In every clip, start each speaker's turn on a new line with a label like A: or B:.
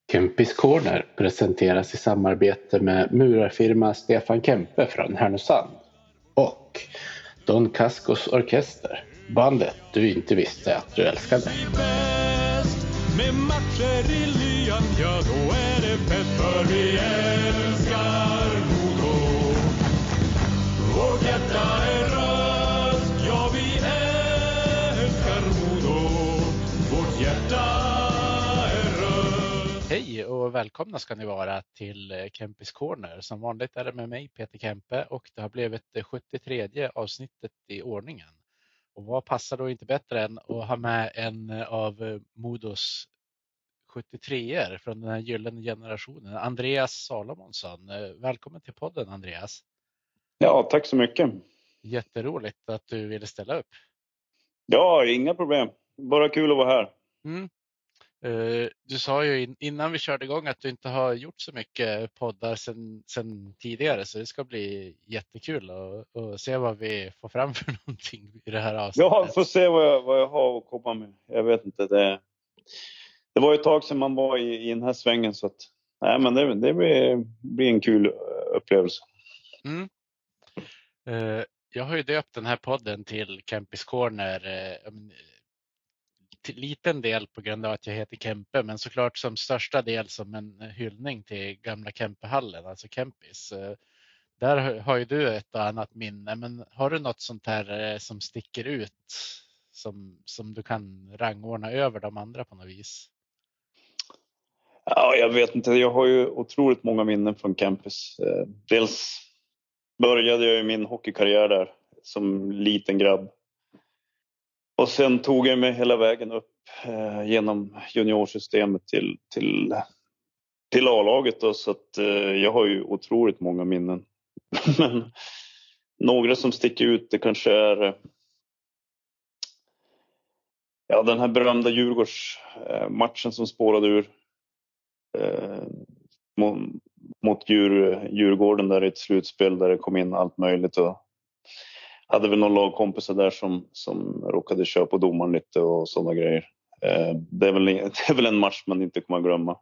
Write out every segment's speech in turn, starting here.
A: Kempis Corner presenteras i samarbete med murarfirma Stefan Kempe från Härnösand och Don Cascos Orkester, bandet du inte visste att du älskade.
B: Med matcher i lyan, ja då är det fett för vi älskar Modo. Vårt hjärta är rött, ja vi älskar Modo. Vårt hjärta är rött.
C: Hej och välkomna ska ni vara till Kempis Corner. Som vanligt är det med mig Peter Kempe och det har blivit det 73:e avsnittet i ordningen. Och vad passar då inte bättre än att ha med en av Modos 73er från den här gyllene generationen, Andreas Salomonsson. Välkommen till podden, Andreas.
D: Ja, tack så mycket.
C: Jätteroligt att du ville ställa upp.
D: Ja, inga problem. Bara kul att vara här.
C: Du sa ju innan vi körde igång att du inte har gjort så mycket poddar sen tidigare, så det ska bli jättekul att se vad vi får fram för någonting i det här avsnittet.
D: Ja, får se vad jag har att komma med. Jag vet inte, det var ett tag sedan man var i den här svängen, så att nej, men det blir en kul upplevelse.
C: Jag har ju döpt den här podden till Kempis Corner, till liten del på grund av att jag heter Kempe, men såklart som största del som en hyllning till gamla Kempehallen, alltså Kempis. Där har ju du ett annat minne, men har du något sånt här som sticker ut som du kan rangordna över de andra på något vis?
D: Ja, jag vet inte. Jag har ju otroligt många minnen från Kempis. Dels började jag ju min hockeykarriär där som liten grabb. Och sen tog jag mig hela vägen upp genom juniorsystemet till A-laget. Då, så att jag har ju otroligt många minnen. Men några som sticker ut, det kanske är den här berömda Djurgårdsmatchen som spårade ur mot Djurgården där i ett slutspel där det kom in allt möjligt. Och hade väl någon lagkompisar där som råkade köra på domaren lite och sådana grejer. Det är väl en match man inte kommer att glömma.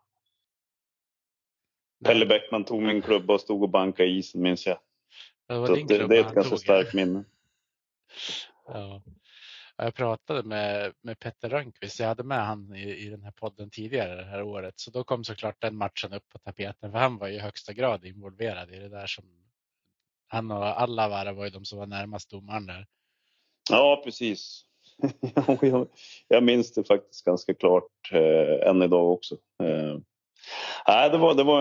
D: Pelle Bäckman tog min klubba och stod och bankade i isen, minns jag. Det är ett ganska starkt minne.
C: Ja. Jag pratade med Petter Rönnqvist. Jag hade med han i den här podden tidigare det här året. Så då kom såklart den matchen upp på tapeten. För han var i högsta grad involverad i det där. Som han och alla var ju de som var närmast domaren där. Ja,
D: precis. Jag minns det faktiskt ganska klart än idag också. Det var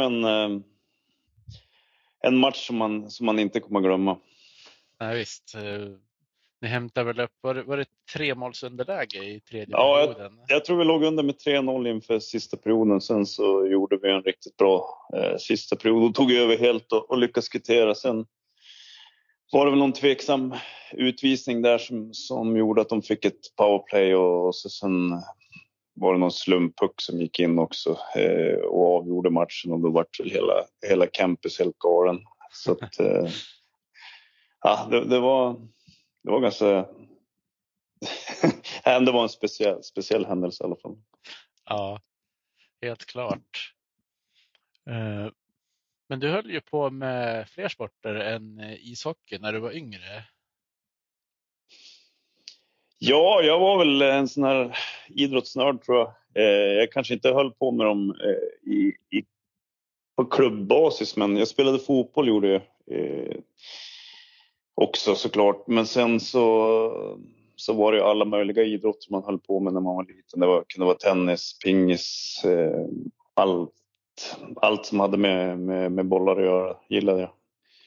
D: en match som man inte kommer att glömma.
C: Nej, visst. Ni hämtar väl upp, var det 3-målsunderläge i tredje perioden?
D: Jag tror vi låg under med 3-0 inför sista perioden. Sen så gjorde vi en riktigt bra sista period och tog över helt och lyckades kvittera. Sen var det väl någon tveksam utvisning där som gjorde att de fick ett powerplay och så sen var det någon slumpuck som gick in också och avgjorde matchen, och då var hela campus helt galen. Så att det var ganska det var en speciell händelse i alla fall.
C: Ja, helt klart. Men du höll ju på med fler sporter än ishockey när du var yngre.
D: Ja, jag var väl en sån här idrottsnörd, tror jag. Jag kanske inte höll på med dem på klubbbasis, men jag spelade fotboll, gjorde jag också såklart. Men sen så var det ju alla möjliga idrotter som man höll på med när man var liten. Det kunde vara tennis, pingis, allt som hade med bollar att göra gillade jag.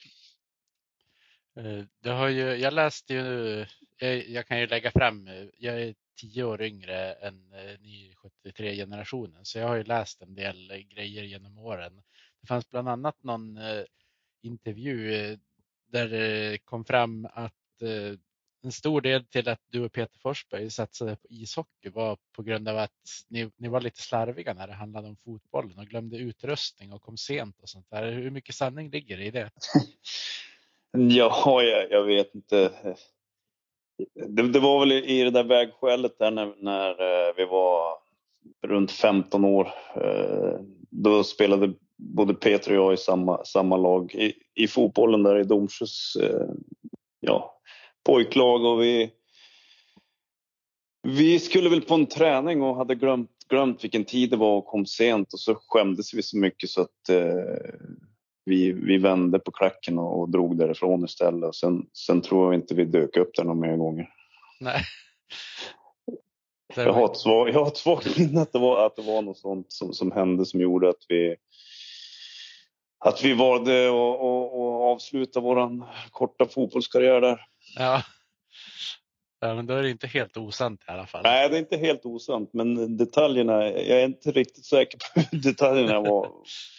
C: Jag läste ju, jag kan ju lägga fram, jag är 10 år yngre än ny 73-generationen, så jag har ju läst en del grejer genom åren. Det fanns bland annat någon intervju där det kom fram att en stor del till att du och Peter Forsberg satsade på ishockey var på grund av att ni var lite slarviga när det handlade om fotbollen och glömde utrustning och kom sent och sånt där. Hur mycket sanning ligger det i det?
D: Ja, jag vet inte. Det var väl i det där vägskälet där när vi var runt 15 år. Då spelade både Peter och jag i samma lag i fotbollen där i Domsjös pojklag, och vi skulle väl på en träning och hade glömt vilken tid det var och kom sent, och så skämdes vi så mycket så att vi vände på klacken och drog därifrån istället, och sen tror jag inte vi dök upp där några mer gånger.
C: Nej.
D: Jag har ett svagt minne att det var något sånt som hände som gjorde att vi valde att avsluta våran korta fotbollskarriär där.
C: Ja, men då är det inte helt osant i alla fall.
D: Nej, det är inte helt osant, men detaljerna, jag är inte riktigt säker på hur detaljerna var.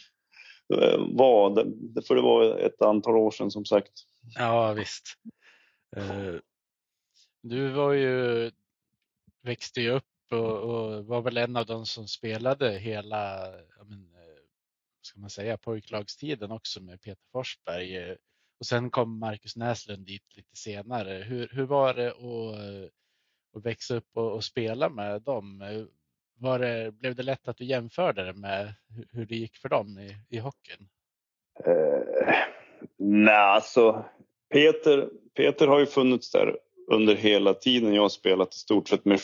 D: För det var ett antal år sedan, som sagt.
C: Ja, visst. Du växte ju upp och var väl en av de som spelade hela, ska man säga, pojklagstiden också med Peter Forsberg. Och sen kom Marcus Näslund dit lite senare. Hur var det att växa upp och spela med dem? Blev det lätt att du jämförde det med hur det gick för dem i hockeyn?
D: Nej, alltså Peter har ju funnits där under hela tiden jag har spelat, i stort sett med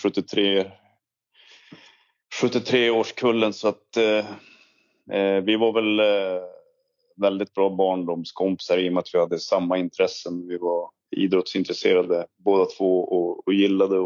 D: 73-årskullen, så att vi var väl väldigt bra barndomskompisar i och med att vi hade samma intressen. Vi var idrottsintresserade båda två och gillade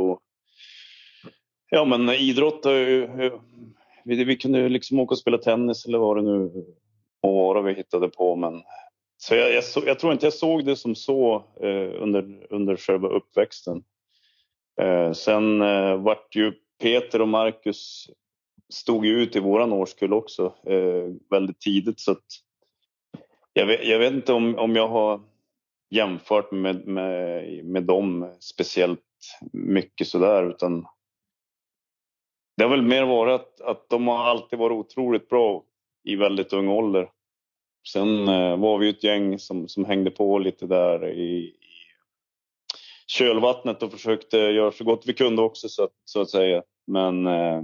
D: men idrott, vi kunde liksom åka och spela tennis eller vad det nu var vi hittade på, men så jag tror inte jag såg det som så under själva uppväxten. Sen vart ju Peter och Marcus stod ju ut i våran årskull också väldigt tidigt, så att jag vet inte om jag har jämfört med dem speciellt mycket sådär, utan det har väl mer varit att de har alltid varit otroligt bra i väldigt ung ålder. Sen var vi ett gäng som hängde på lite där i kölvattnet och försökte göra så gott vi kunde också, så att säga. Men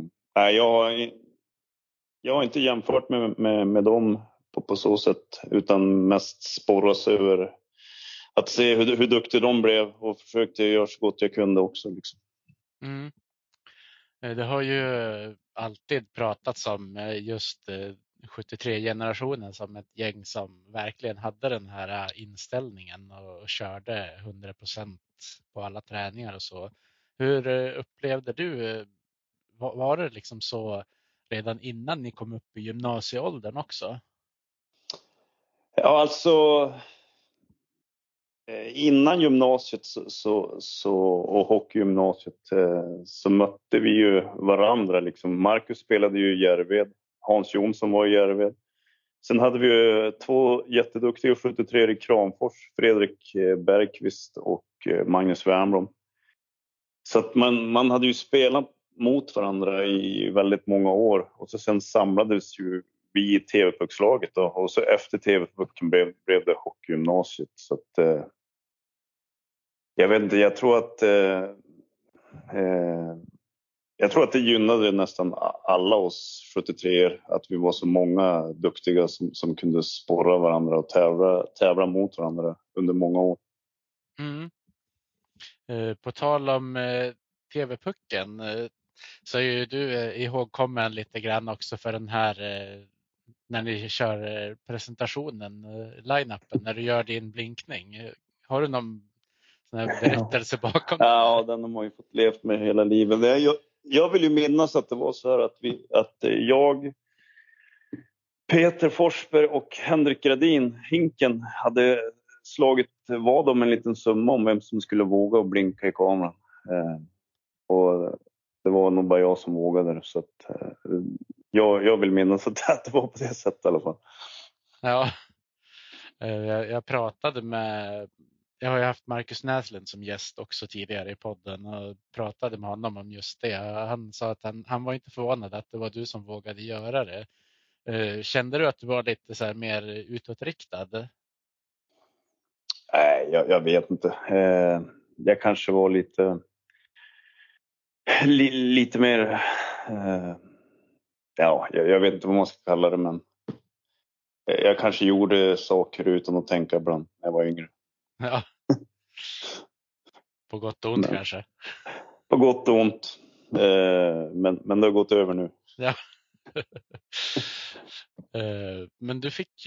D: jag har inte jämfört med dem på så sätt, utan mest sporras över att se hur duktiga de blev och försökte göra så gott jag kunde också. Liksom.
C: Mm. Det har ju alltid pratats om just 73-generationen som ett gäng som verkligen hade den här inställningen och körde 100% på alla träningar och så. Hur upplevde du, var det liksom så redan innan ni kom upp i gymnasieåldern också?
D: Ja, alltså innan gymnasiet och hockeygymnasiet så mötte vi ju varandra. Liksom. Marcus spelade ju i Järved, Hans Jonsson var i Järved. Sen hade vi ju 2 jätteduktiga 73 i Kramfors, Fredrik Bergqvist och Magnus Wernbloom. Så att man hade ju spelat mot varandra i väldigt många år, och så sen samlades ju vi i TV-puckslaget då, och så efter TV-pucken blev det hockeygymnasiet. Så att jag vet inte, jag tror att det gynnade nästan alla oss 73 att vi var så många duktiga som kunde sporra varandra och tävla mot varandra under många år.
C: Mm. På tal om TV-pucken så är ju du ihågkommen lite grann också för den här när ni kör presentationen, line-upen, när du gör din blinkning. Har du någon sån här berättelse bakom?
D: Ja, den har man ju fått levt med hela livet. Jag vill ju minnas att det var så här att jag, Peter Forsberg och Henrik Gradin, Hinken, hade slagit vad om en liten summa om vem som skulle våga och blinka i kameran. Och det var nog bara jag som vågade, så att jag vill minnas att det var på det sättet i alla fall.
C: Ja, jag pratade med, jag har ju haft Marcus Näslund som gäst också tidigare i podden och pratade med honom om just det. Han sa att han var inte förvånad att det var du som vågade göra det. Kände du att du var lite så här mer utåtriktad?
D: Nej, jag vet inte. Jag kanske var lite mer ja, jag vet inte vad man ska kalla det, men jag kanske gjorde saker utan att tänka ibland när jag var yngre.
C: Ja. På gott och ont
D: Men,
C: kanske.
D: på gott och ont. Men det har gått över nu.
C: Ja. Men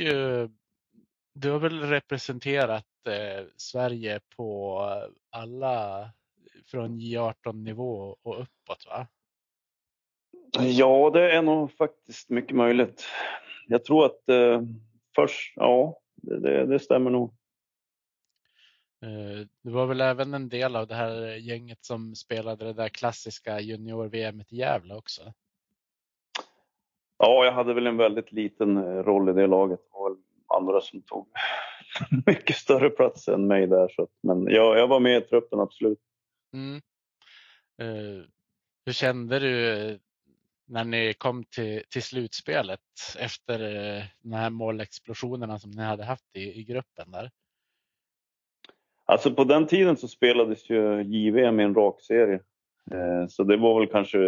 C: du har väl representerat Sverige på alla från J18-nivå och uppåt, va?
D: Ja, det är nog faktiskt mycket möjligt. Jag tror att först, ja, det stämmer nog.
C: Det var väl även en del av det här gänget som spelade det där klassiska junior-VM i Gävle också.
D: Ja, jag hade väl en väldigt liten roll i det laget. Det var andra som tog mycket större plats än mig där. Så, men jag var med i truppen, absolut.
C: Mm. Hur kände du när ni kom till slutspelet efter de här målexplosionerna som ni hade haft i gruppen där?
D: Alltså på den tiden så spelades ju JVM i en rakserie. Så det var väl kanske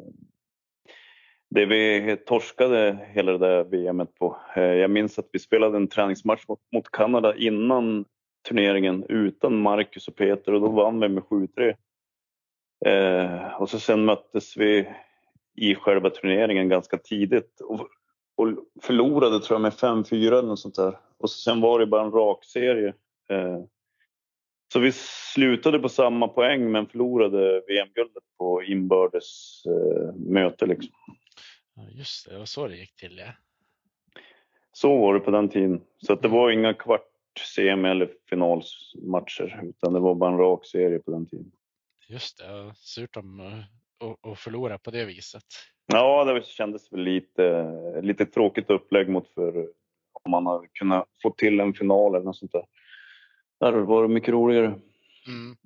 D: det vi torskade hela det där VMet på. Jag minns att vi spelade en träningsmatch mot Kanada innan turneringen utan Marcus och Peter och då vann vi med 7-3. Och så sen möttes vi i själva turneringen ganska tidigt och förlorade tror jag med 5-4 eller något sånt där. Och sen var det bara en rakserie. Så vi slutade på samma poäng men förlorade VM-guldet på inbördes möte liksom.
C: Ja, just det, och så det gick till, ja.
D: Så var det på den tiden. Så att det var inga semi eller finalsmatcher utan det var bara en rak serie på den tiden.
C: Just det, surt om att förlora på det viset.
D: Ja, det kändes väl lite tråkigt upplägg mot för om man hade kunnat få till en final eller något sånt där. Där var det mycket roligare.
C: Mm.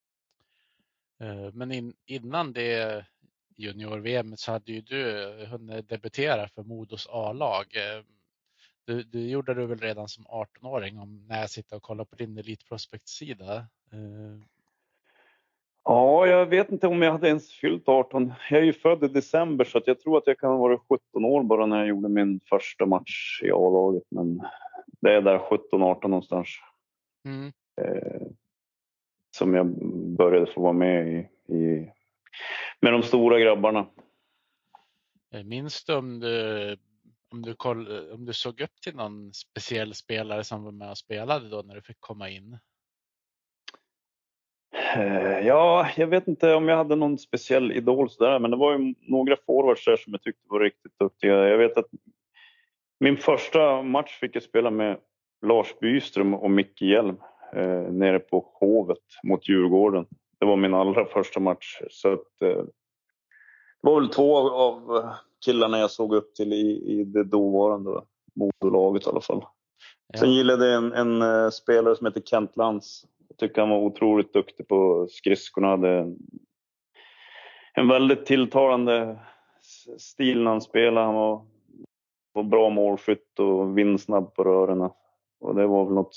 C: Men innan det junior-VM så hade ju du hunnit debutera för Modos A-lag. Det gjorde du väl redan som 18-åring när jag sitter och kollar på din Elitprospect-sida.
D: Ja, jag vet inte om jag hade ens fyllt 18. Jag är ju född i december så att jag tror att jag kan ha varit 17 år bara när jag gjorde min första match i A-laget. Men det är där 17-18 någonstans.
C: Mm.
D: Som jag började få vara med med de stora grabbarna.
C: Minns du om du såg upp till någon speciell spelare som var med och spelade då när du fick komma in?
D: Ja, jag vet inte om jag hade någon speciell idol sådär, men det var ju några forwards där som jag tyckte var riktigt duktiga. Jag vet att min första match fick jag spela med Lars Byström och Micke Hjelm nere på Hovet mot Djurgården. Det var min allra första match. Så att, det var väl 2 av killarna jag såg upp till i det dåvarande Modolaget i alla fall.
C: Ja.
D: Sen gillade jag en spelare som heter Kent Lantz. Jag tycker han var otroligt duktig på skridskorna. Hade en väldigt tilltalande stil när han spelade. Han var bra målskytt och vindsnabb på rörerna. Och det var väl något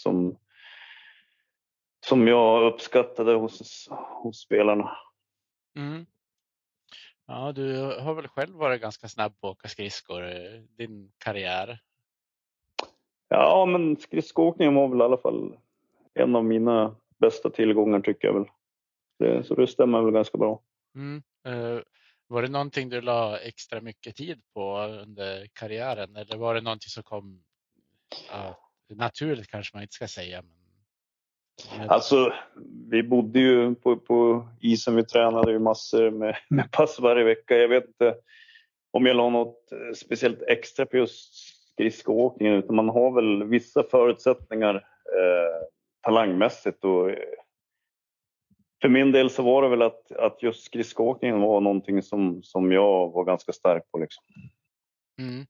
D: som jag uppskattade hos spelarna.
C: Mm. Ja, du har väl själv varit ganska snabb på att åka skridskor i din karriär?
D: Ja, men skridskoåkningen var väl i alla fall en av mina bästa tillgångar tycker jag väl. Så det stämmer väl ganska bra.
C: Mm. Var det någonting du la extra mycket tid på under karriären eller var det någonting som kom naturligt kanske man inte ska säga? Men...
D: Alltså, vi bodde ju på isen, vi tränade ju massor med pass varje vecka. Jag vet inte om jag la något speciellt extra på just skridskoåkningen utan man har väl vissa förutsättningar talangmässigt och för min del så var det väl att just skridskoåkningen var någonting som jag var ganska stark på liksom.
C: Mm.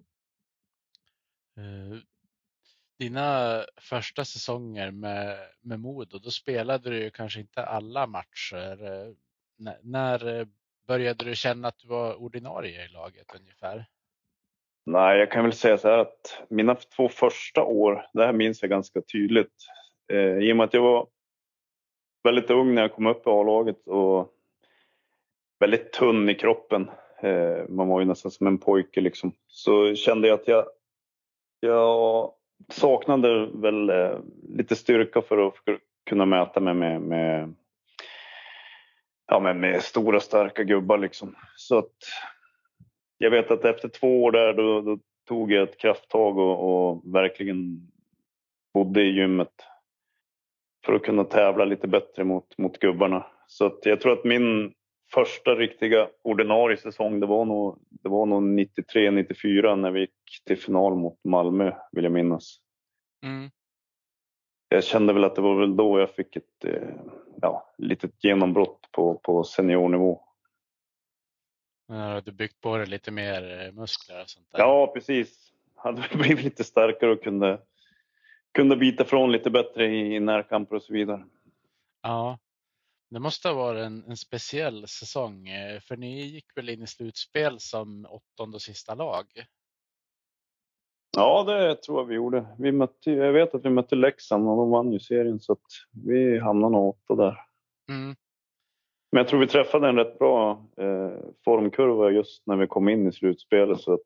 C: Dina första säsonger med Modo, då spelade du ju kanske inte alla matcher. När började du känna att du var ordinarie i laget ungefär? Nej,
D: jag kan väl säga så här att mina 2 första år, det här minns jag ganska tydligt. I och med att jag var väldigt ung när jag kom upp i A-laget och väldigt tunn i kroppen. Man var ju nästan som en pojke liksom. Så kände jag att jag saknade väl lite styrka för att kunna mäta mig med stora starka gubbar liksom. Så att jag vet att efter 2 år där då tog jag ett krafttag och verkligen bodde i gymmet för att kunna tävla lite bättre mot gubbarna. Så att jag tror att min första riktiga ordinarie säsong det var nog 93-94 när vi gick till final mot Malmö, vill jag minnas.
C: Mm.
D: Jag kände väl att det var väl då jag fick ett litet genombrott på seniornivå.
C: Du byggt på det lite mer muskler och sånt där.
D: Ja, precis. Hade blivit lite starkare och kunde bita från lite bättre i närkamper och så vidare.
C: Ja, det måste ha varit en speciell säsong. För ni gick väl in i slutspel som 8:e och sista lag?
D: Ja, det tror jag vi gjorde. Jag vet att vi mötte Leksand och de vann ju serien så att vi hamnade nog 8 där.
C: Mm.
D: Men jag tror vi träffade en rätt bra formkurva just när vi kom in i slutspelet så att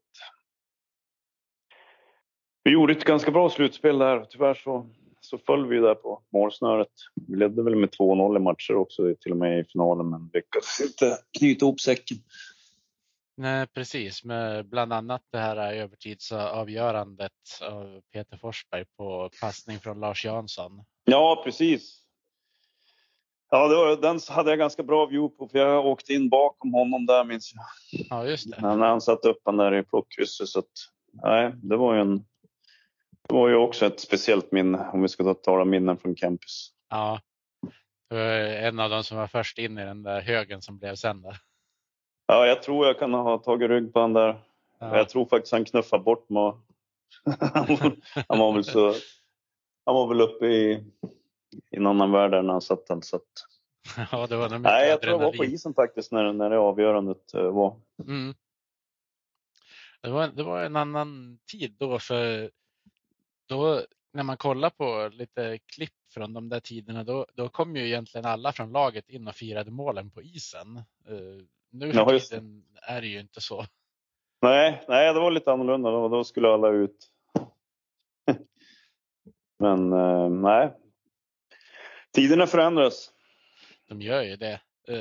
D: vi gjorde ett ganska bra slutspel där. Tyvärr så föll vi där på målsnöret. Vi ledde väl med 2-0 i matcher också till och med i finalen men lyckades inte knyta ihop säcken.
C: Nej, precis. Med bland annat det här övertidsavgörandet av Peter Forsberg på passning från Lars Jansson.
D: Ja, precis. Ja, den hade jag ganska bra view på för jag åkte in bakom honom där minns jag.
C: Ja, just det.
D: När han satt upp han där i plockkrysset så att nej, det var ju också ett speciellt minne om vi ska tala minnen från campus.
C: Ja, det var en av de som var först in i den där högen som blev sen där.
D: Ja, jag tror jag kan ha tagit rygg på han där. Ja. Jag tror faktiskt han knuffade bort mig. Han var väl uppe i en annan värld där när han satt den. Så att...
C: Ja, det var nog mycket
D: nej, jag tror jag var
C: adrenalin.
D: på isen faktiskt när det avgörandet var.
C: Mm. Det var en annan tid då för då när man kollar på lite klipp från de där tiderna då kom ju egentligen alla från laget in och firade målen på isen. Nu för tiden är det ju inte så.
D: Nej, det var lite annorlunda. Då skulle alla ut. Men nej. Tiderna förändras.
C: De gör ju det.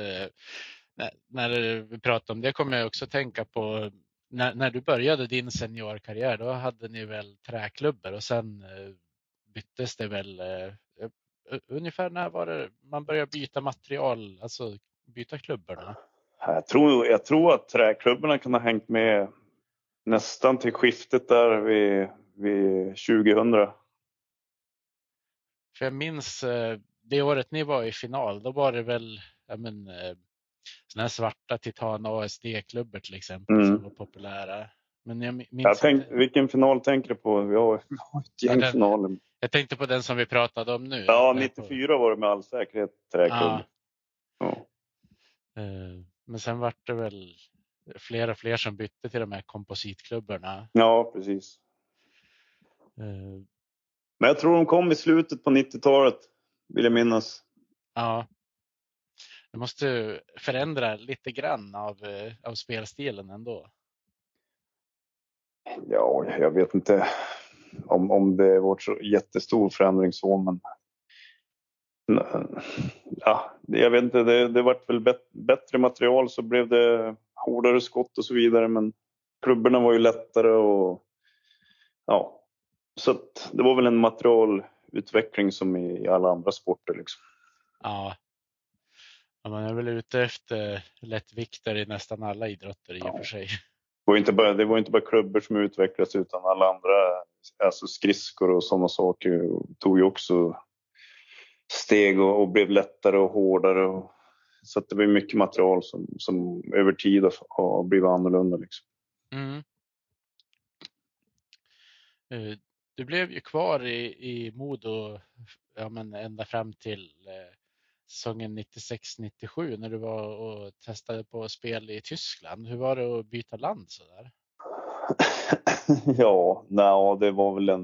C: När vi pratar om det kommer jag också tänka på när du började din seniorkarriär då hade ni väl träklubbor och sen byttes det väl ungefär när var det man började byta material, alltså byta klubborna?
D: Jag tror att träklubborna kan ha hängt med nästan till skiftet där vid 2000.
C: För jag minns det året ni var i final, då var det väl såna här svarta Titan ASD-klubbar till exempel som var populära. Men jag minns
D: vilken final tänker du på? Vi har ett gäng finaler.
C: Jag tänkte på den som vi pratade om nu.
D: Ja, 94 var det med all säkerhet träklubb. Ja.
C: Men sen var det väl fler och fler som bytte till de här kompositklubbarna.
D: Ja, precis. Men jag tror de kom i slutet på 90-talet, vill jag minnas.
C: Ja. Det måste förändra lite grann av spelstilen ändå.
D: Ja, jag vet inte om det var så jättestor förändring så, men ja, jag vet inte, det vart väl bättre material så blev det hårdare skott och så vidare, men klubborna var ju lättare och ja, så att det var väl en materialutveckling som i alla andra sporter liksom.
C: Ja, man är väl ute efter lättviktare i nästan alla idrotter i och för sig.
D: Det var inte bara klubbor som utvecklades utan alla andra, alltså skridskor och sådana saker tog ju också steg och blev lättare och hårdare. Så att det var mycket material som över tid har blivit annorlunda liksom.
C: Mm. Du blev ju kvar i Modo ända fram till säsongen 96-97 när du var och testade på spel i Tyskland. Hur var det att byta land så där?
D: Ja, det var väl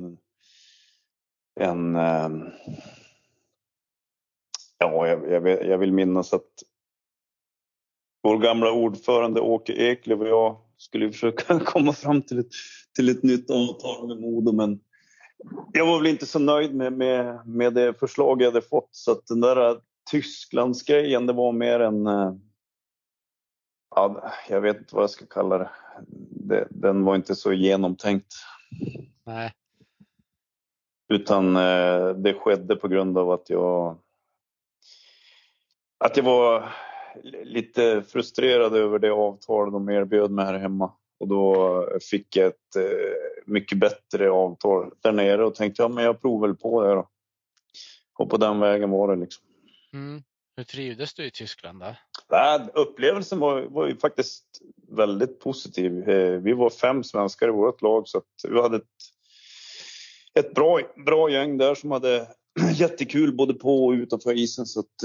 D: jag vill minnas att vår gamla ordförande Åke Eklöf och jag skulle försöka komma fram till ett nytt avtal med Modo, men jag var väl inte så nöjd med det förslag jag hade fått, så att den där Tysklandsgrejen, det var mer en, ja, jag vet inte vad jag ska kalla det. Den var inte så genomtänkt.
C: Nej.
D: Utan det skedde på grund av att jag var lite frustrerad över det avtal de erbjöd mig här hemma. Och då fick jag ett mycket bättre avtal där nere och tänkte, ja men jag provar väl på det då. Och på den vägen var det liksom.
C: Mm. Hur trivdes du i Tyskland då?
D: Upplevelsen var ju faktiskt väldigt positiv. Vi var 5 svenskar i vårt lag, så att vi hade ett bra gäng där som hade jättekul både på och utanför isen. Så att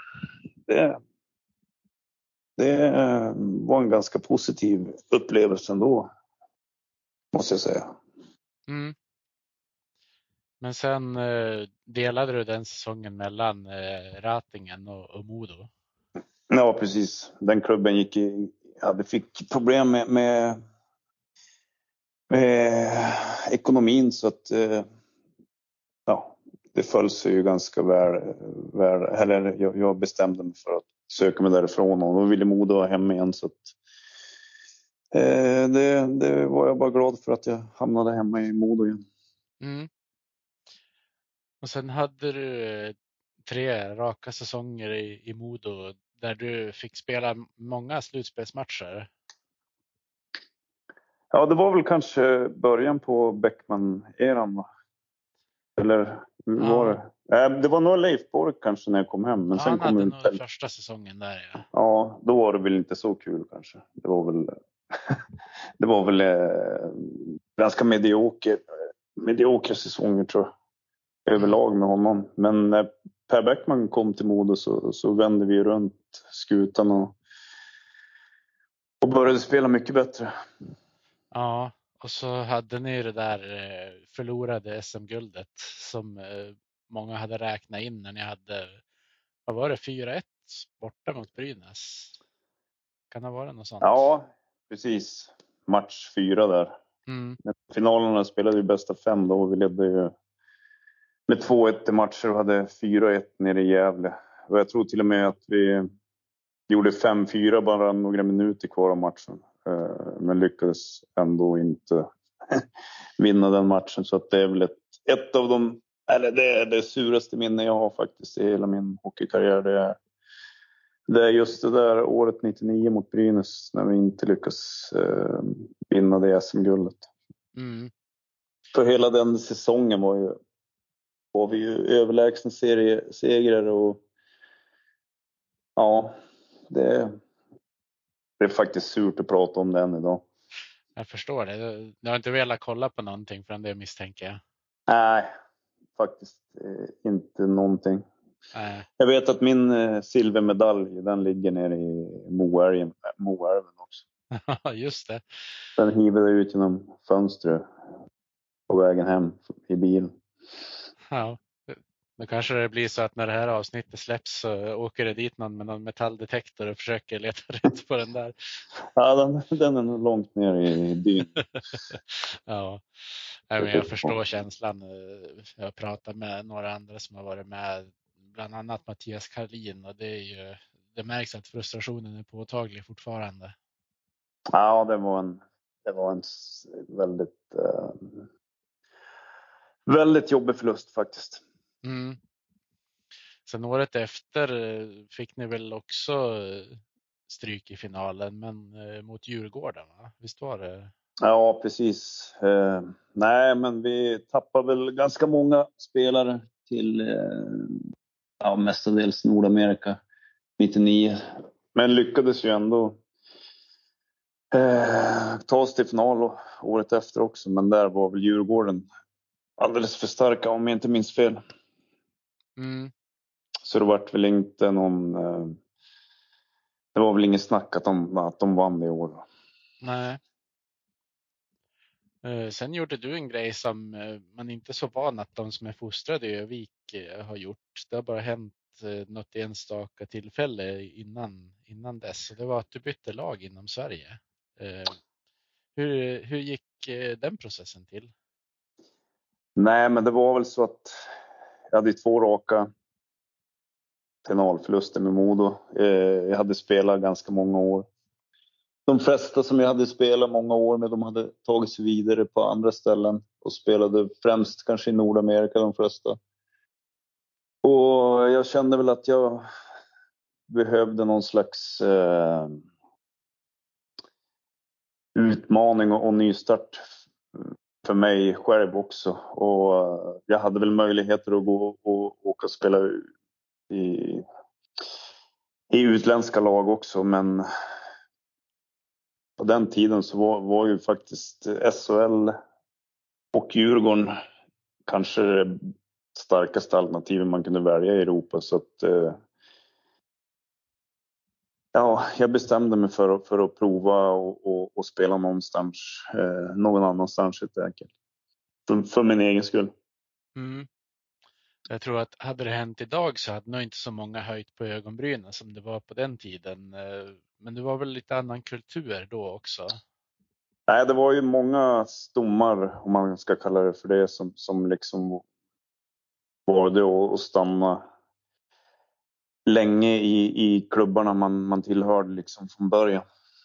D: det var en ganska positiv upplevelse ändå, måste jag säga.
C: Mm. Men sen delade du den säsongen mellan Ratingen och Modo.
D: Ja, precis. Den klubben det fick problem med ekonomin, så att det föll sig ju ganska väl. Eller jag bestämde mig för att söka mig därifrån, och då ville Modo ha hem igen, så att det var jag bara glad för att jag hamnade hemma i Modo igen.
C: Mm. Och sen hade du 3 raka säsonger i Modo där du fick spela många slutspelsmatcher.
D: Ja, det var väl kanske början på Bäckman-eran, va? Eller hur var det? Det var nog Leif Borg kanske när jag kom hem. Men sen kom
C: hade nog första säsongen där, ja.
D: Ja, då var det väl inte så kul kanske. Det var väl ganska medioker säsonger, tror jag. Överlag med honom. Men när Per Bäckman kom till Modo så vände vi runt skutan och började spela mycket bättre.
C: Ja, och så hade ni det där förlorade SM-guldet som många hade räknat in när ni hade, vad var det, 4-1 borta mot Brynäs. Kan det vara något sånt?
D: Ja, precis. Match 4 där.
C: Mm.
D: Finalerna spelade vi bästa 5 då, och vi ledde ju med 2-1 i matcher och hade 4-1 nere i Gävle. Och jag tror till och med att vi gjorde 5-4 bara några minuter kvar av matchen. Men lyckades ändå inte vinna den matchen. Så att det är väl ett av de, eller det är det suraste minne jag har faktiskt i hela min hockeykarriär. Det är just det där året 99 mot Brynäs när vi inte lyckas vinna det SM-guldet.
C: Mm.
D: För hela den säsongen var vi ju överlägsna segrare, och ja, det är faktiskt surt att prata om den idag.
C: Jag förstår det. Du har inte velat kolla på någonting från det, misstänker jag.
D: Nej, faktiskt inte någonting. Jag vet att min silvermedalj, den ligger nere i Moälven också.
C: Just det.
D: Den hivade ut genom fönstret på vägen hem i bilen.
C: Ja, då kanske det blir så att när det här avsnittet släpps så åker det dit någon med någon metalldetektor och försöker leta rätt på den där.
D: Ja, den är nog långt ner i dyn.
C: Ja, men jag förstår känslan. Jag har pratat med några andra som har varit med, bland annat Mattias Karlin, och det märks att frustrationen är påtaglig fortfarande.
D: Ja, det var en väldigt jobbig förlust faktiskt.
C: Mm. Sen året efter fick ni väl också stryk i finalen, men mot Djurgården, va? Visst var det?
D: Ja, precis. Nej, men vi tappade väl ganska många spelare till mestadels Nordamerika 99. Men lyckades ju ändå ta oss till final året efter också. Men där var väl Djurgården alldeles för starka, om jag inte minns fel.
C: Mm.
D: Så det var väl inte det var väl ingen snack att de vann i år.
C: Nej. Sen gjorde du en grej som man inte är så van att de som är fostrade i Övik har gjort. Det har bara hänt något enstaka tillfälle innan innan dess. Och det var att du bytte lag inom Sverige. Hur gick den processen till?
D: Nej, men det var väl så att jag hade 2 raka finalförluster med Modo. Jag hade spelat ganska många år. De flesta som jag hade spelat många år med, de hade tagit sig vidare på andra ställen och spelade främst kanske i Nordamerika, de flesta. Och jag kände väl att jag behövde någon slags utmaning och nystart för mig själv också. Och jag hade väl möjligheter att gå och åka och spela i utländska lag också, men på den tiden så var ju faktiskt SHL och Djurgården kanske det starkaste alternativet man kunde välja i Europa. Så att ja, jag bestämde mig för att prova och spela någonstans, någon annanstans helt enkelt. För min egen skull.
C: Mm. Jag tror att hade det hänt idag så hade nog inte så många höjt på ögonbrynen som det var på den tiden. Men det var väl lite annan kultur då också.
D: Nej, det var ju många stommar, om man ska kalla det för det, som liksom var det att stanna länge i klubbarna man tillhörde liksom från början.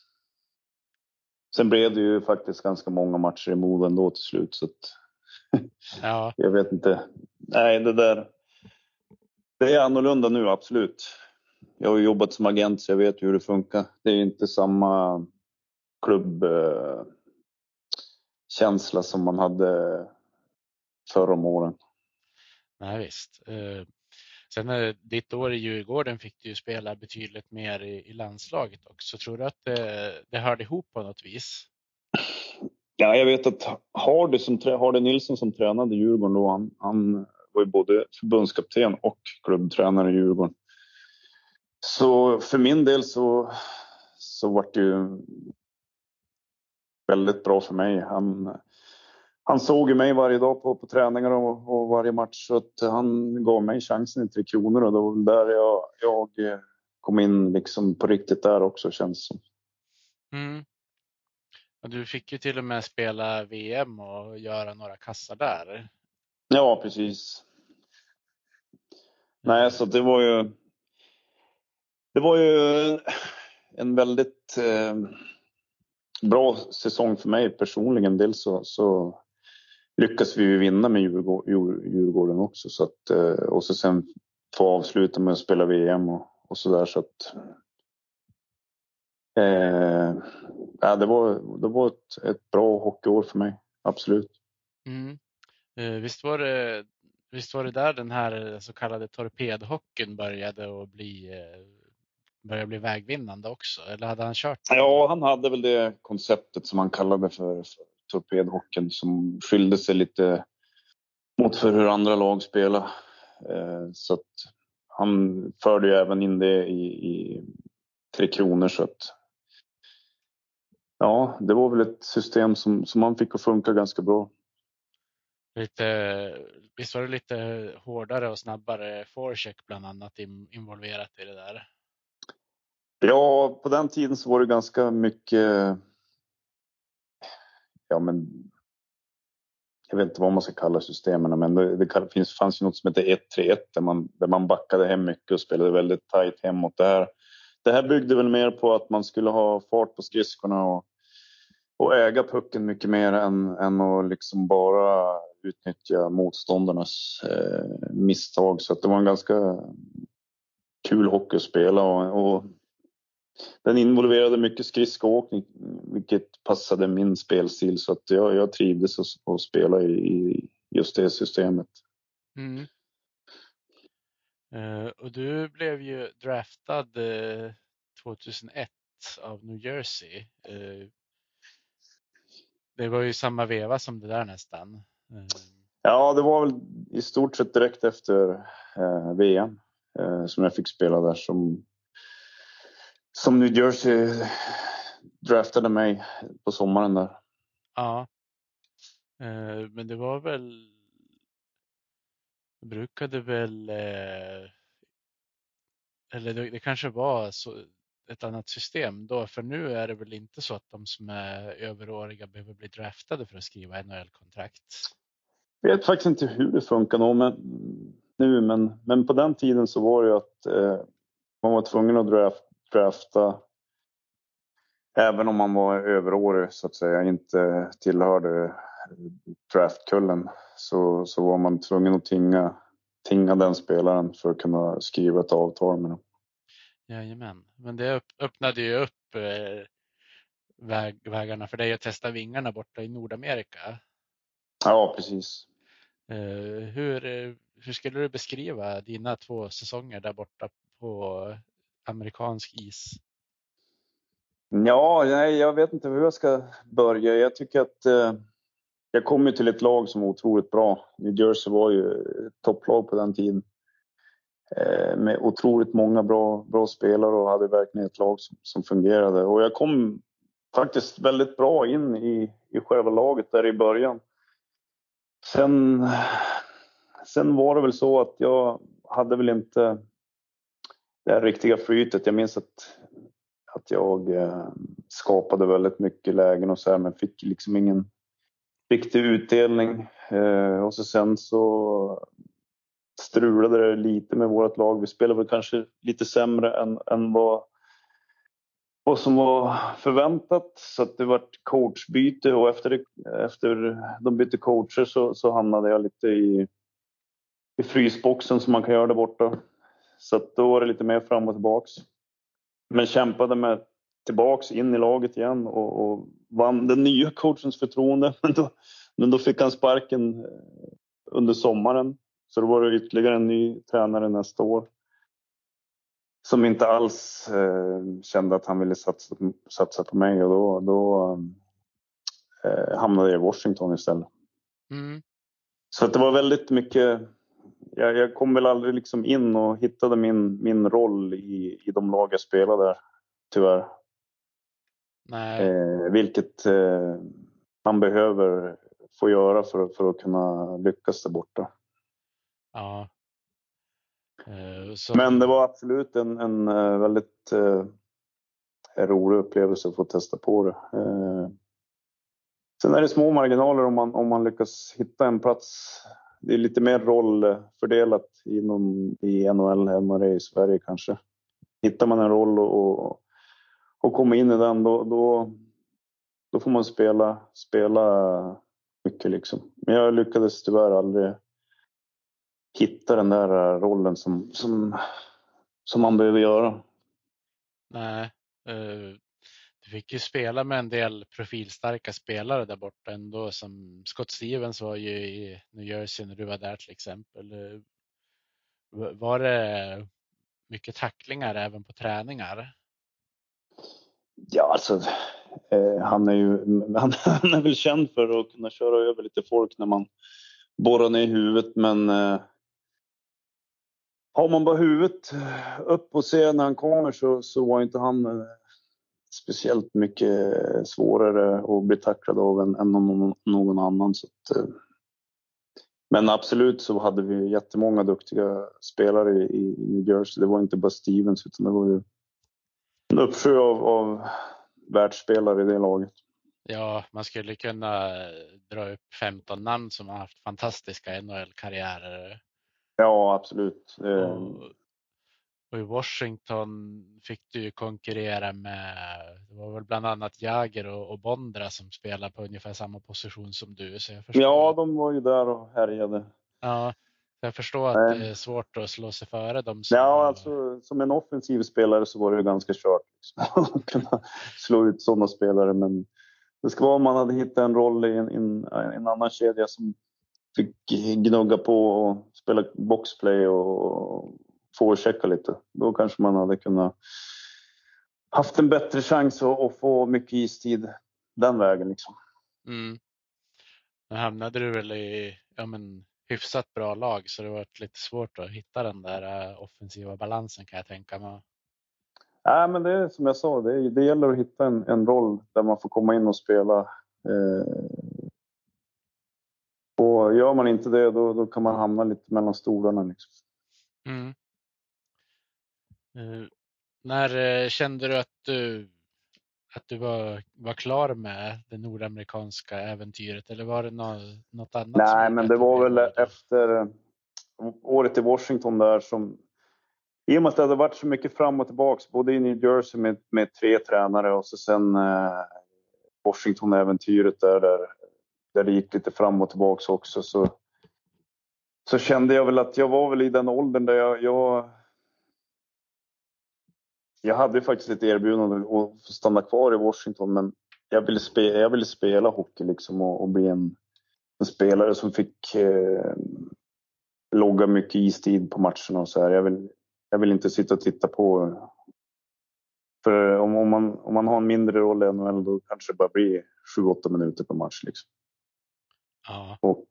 D: Sen blev det ju faktiskt ganska många matcher i Modo ändå till slut, så att
C: Ja.
D: jag vet inte. Nej, det är annorlunda nu, absolut. Jag har jobbat som agent så jag vet hur det funkar. Det är inte samma klubbkänsla som man hade förra om åren.
C: Nej, visst. Sen ditt år i Djurgården fick du ju spela betydligt mer i landslaget också. Tror du att det hörde ihop på något vis?
D: Ja, jag vet att Hardy Nilsson som tränade Djurgården då, han var ju både förbundskapten och klubbtränare i Djurgården. Så för min del så var det ju väldigt bra för mig. Han såg ju mig varje dag på träningar och varje match, så att han gav mig chansen i 3 Kronor, och då var det där jag kom in liksom på riktigt där också, känns som.
C: Mm. Och du fick ju till och med spela VM och göra några kassar där.
D: Ja, precis. Nej, så det var ju en väldigt bra säsong för mig personligen. Dels så lyckas vi ju vinna med Djurgården också, så att, och så sen få avsluta med att spela VM och så där, så att ja, det var ett bra hockeyår för mig, absolut.
C: Mm. Visst var det där den här så kallade torpedhockeyn började bli vägvinnande också? Eller hade han kört?
D: Ja, han hade väl det konceptet som han kallade för torpedhockeyn, som skilde sig lite mot för hur andra lag spelar. Så att han förde ju även in det i 3 Kronor, så att ja, det var väl ett system som man fick att funka ganska bra.
C: Visst var det lite hårdare och snabbare forecheck bland annat involverat i det där?
D: Ja, på den tiden så var det ganska mycket, ja men jag vet inte vad man ska kalla systemen, men det fanns ju något som heter 1-3-1 där man backade hem mycket och spelade väldigt tajt hemåt. Det här byggde väl mer på att man skulle ha fart på skridskorna och äga pucken mycket mer än att liksom bara utnyttja motståndarnas misstag. Så att det var en ganska kul hockey att spela, och den involverade mycket skridskoåkning, vilket passade min spelstil, så att jag trivdes att spela i just det systemet.
C: Mm. Och du blev ju draftad 2001 av New Jersey. Det var ju samma veva som det där nästan.
D: Ja, det var väl i stort sett direkt efter VM som jag fick spela där, som New Jersey draftade mig på sommaren där.
C: Ja. Men det var väl... brukade väl... eller det kanske var så... ett annat system då? För nu är det väl inte så att de som är överåriga behöver bli draftade för att skriva NHL-kontrakt?
D: Jag vet faktiskt inte hur det funkar men på den tiden så var det ju att man var tvungen att drafta även om man var överårig så att säga, inte tillhörde draftkullen, så var man tvungen att tinga den spelaren för att kunna skriva ett avtal med dem.
C: Jajamän, men det öppnade ju upp vägarna för dig att testa vingarna borta i Nordamerika.
D: Ja, precis.
C: Hur skulle du beskriva dina 2 säsonger där borta på amerikansk is?
D: Ja, nej, jag vet inte hur jag ska börja. Jag tycker att jag kom ju till ett lag som var otroligt bra. New Jersey var ju ett topplag på den tiden. Med otroligt många bra spelare och hade verkligen ett lag som fungerade. Och jag kom faktiskt väldigt bra in i själva laget där i början. Sen var det väl så att jag hade väl inte det här riktiga flytet. Jag minns att jag skapade väldigt mycket lägen och så här, men fick liksom ingen riktig utdelning. Och sen så strulade det lite med vårt lag. Vi spelade väl kanske lite sämre än vad som var förväntat. Så att det var coachbyte och efter de bytte coacher så hamnade jag lite i frysboxen som man kan göra där borta. Så att då var det lite mer fram och tillbaks. Men kämpade med tillbaks in i laget igen och vann den nya coachens förtroende. Men då fick han sparken under sommaren. Så då var det ytterligare en ny tränare nästa år. Som inte alls kände att han ville satsa på mig. Och då hamnade jag i Washington istället.
C: Mm.
D: Så att det var väldigt mycket... Jag kom väl aldrig liksom in och hittade min roll i de lag jag spelade där. Tyvärr.
C: Nej.
D: Vilket man behöver få göra för att kunna lyckas där borta.
C: Ja.
D: Men det var absolut en väldigt rolig upplevelse att få testa på det. Sen är det små marginaler om man lyckas hitta en plats. Det är lite mer rollfördelat i NHL än vad det är i Sverige kanske. Hittar man en roll och kommer in i den då får man spela mycket liksom. Men jag lyckades tyvärr aldrig hitta den där rollen som man behöver göra.
C: Nej. Du fick ju spela med en del profilstarka spelare där borta ändå. Som Scott Stevens var ju i New Jersey när du var där till exempel. Var det mycket tacklingar även på träningar?
D: Ja, alltså han är väl känd för att kunna köra över lite folk när man borrar ner huvudet, men har man bara huvudet upp och ser när han kommer så var inte han speciellt mycket svårare att bli tacklad av än någon annan. Så att, men absolut så hade vi jättemånga duktiga spelare i New Jersey. Det var inte bara Stevens utan det var ju en uppsjö av världsspelare i det laget.
C: Ja, man skulle kunna dra upp 15 namn som har haft fantastiska NHL-karriärer.
D: Ja, absolut.
C: Och i Washington fick du ju konkurrera med, det var väl bland annat Jagr och Bondra som spelar på ungefär samma position som du. Så jag förstår
D: ja, de var ju där och härjade.
C: Ja, jag förstår att det är svårt att slå sig före dem.
D: Alltså som en offensiv spelare så var det ju ganska kört liksom, att kunna slå ut sådana spelare. Men det ska vara om man hade hittat en roll i en annan kedja som fick gnugga på och spela boxplay och forechecka lite. Då kanske man hade kunnat haft en bättre chans att få mycket istid den vägen liksom.
C: Mm. Nu hamnade du väl i hyfsat bra lag så det var lite svårt att hitta den där offensiva balansen kan jag tänka mig.
D: Nej, men det är som jag sa, det gäller att hitta en roll där man får komma in och spela. Och gör man inte det då kan man hamna lite mellan stolarna liksom.
C: Mm. När kände du att du var klar med det nordamerikanska äventyret, eller var det något annat som
D: Nej,
C: gjorde
D: men
C: att
D: det
C: du
D: var
C: blev
D: väl
C: modig?
D: efter året i Washington där som... I och med att det hade varit så mycket fram och tillbaka, både i New Jersey med 3 tränare och så sen Washington-äventyret där det gick lite fram och tillbaka också, så kände jag väl att jag var väl i den åldern där jag hade ju faktiskt ett erbjudande att få stanna kvar i Washington, men jag ville spela hockey liksom och bli en spelare som fick logga mycket istid på matcherna och så här. Jag vill inte sitta och titta på. För om man har en mindre roll i NHL, då kanske det bara blir 7-8 minuter per match liksom.
C: Ja.
D: Och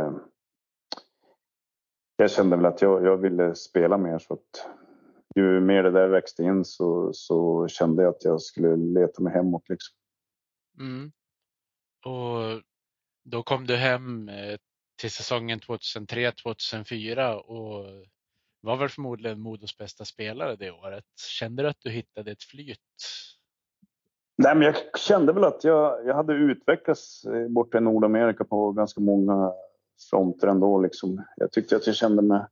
D: jag kände väl att jag ville spela mer, så att ju mer det där växte in så kände jag att jag skulle leta mig hemåt liksom.
C: Mm. Och då kom du hem till säsongen 2003-2004 och var väl förmodligen Modos bästa spelare det året. Kände du att du hittade ett flyt?
D: Nej, men jag kände väl att jag hade utvecklats borta i Nordamerika på ganska många fronter ändå liksom. Jag tyckte att jag kände mig...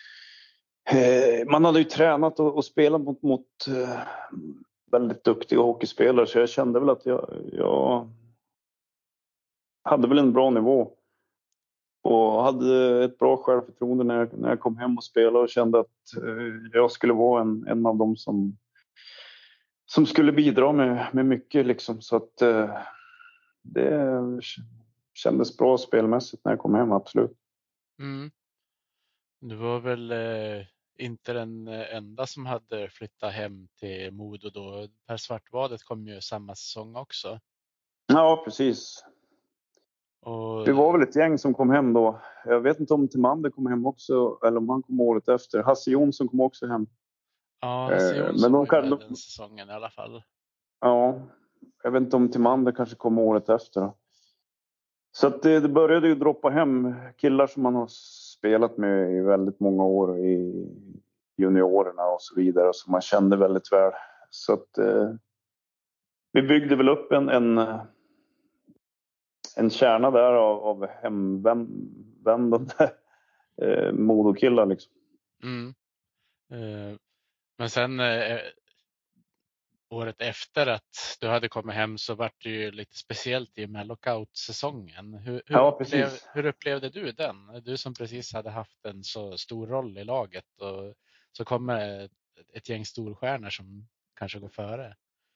D: man hade ju tränat och spelat mot väldigt duktiga hockeyspelare, så jag kände väl att jag hade väl en bra nivå. Och hade ett bra självförtroende när jag kom hem och spelade och kände att jag skulle vara en av dem som skulle bidra med mycket liksom. Så att det kändes bra spelmässigt när jag kom hem, absolut.
C: Mm. Du var väl inte den enda som hade flyttat hem till Modo då. Per Svartvadet kom ju samma säsong också.
D: Ja, precis.
C: Och...
D: Vi var väl ett gäng som kom hem då. Jag vet inte om Timander kom hem också, eller om han kom året efter. Hasse Jonsson kom också hem.
C: Ja, Hasse Jonsson var ju med den säsongen i alla fall.
D: Ja, jag vet inte om Timander kanske kom året efter då. Så att det började ju droppa hem killar som man har spelat med i väldigt många år i juniorerna och så vidare, och som man kände väldigt väl. Så att vi byggde väl upp en kärna där av hemvändande modokillar liksom.
C: Mm. Men sen året efter att du hade kommit hem så var det ju lite speciellt i med lockout-säsongen. Hur upplevde du den? Du som precis hade haft en så stor roll i laget, och så kommer ett gäng storstjärnor som kanske går före.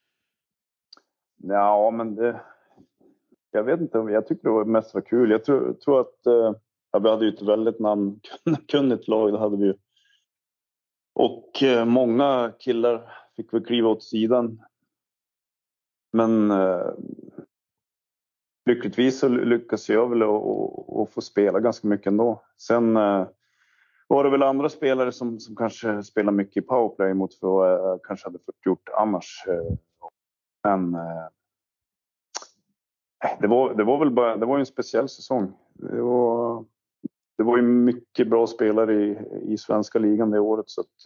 D: Ja, men jag vet inte, jag tyckte det var mest var kul. Jag tror att vi hade ju ett väldigt namnkunnigt lag, det hade vi ju. Och många killar fick väl kliva åt sidan. Men lyckligtvis så lyckas jag väl att få spela ganska mycket ändå. Sen var det väl andra spelare som kanske spelar mycket i powerplay mot vad jag kanske hade fått gjort annars. Men det var väl bara, det var ju en speciell säsong. Det var ju mycket bra spelare i svenska ligan det året, så att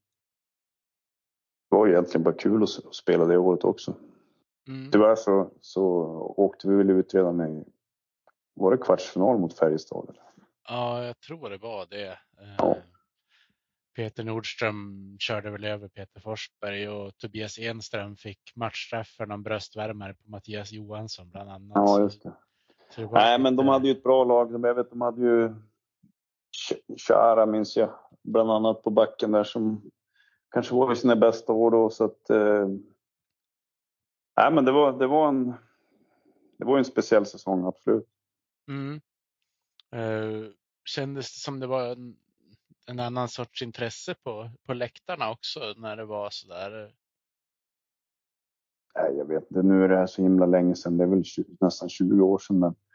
D: det var egentligen bara kul att spela det året också.
C: Mm.
D: Tyvärr så åkte vi väl ut redan var det kvartsfinal mot Färjestad? Eller?
C: Ja, jag tror det var det.
D: Ja.
C: Peter Nordström körde väl över Peter Forsberg, och Tobias Enström fick matchstraff för någon bröstvärmare på Mattias Johansson bland annat.
D: Ja, just det. Nej, men de hade ju ett bra lag. Jag vet, de hade ju Chara, minns jag, bland annat på backen där, som kanske var i sina bästa år då. Så att nej, men det var en speciell säsong, absolut.
C: Mm. Kändes det som det var en annan sorts intresse på läktarna också när det var så där?
D: Nej, jag vet inte, nu är det här så himla länge sedan. Det är väl nästan 20 år sedan. Men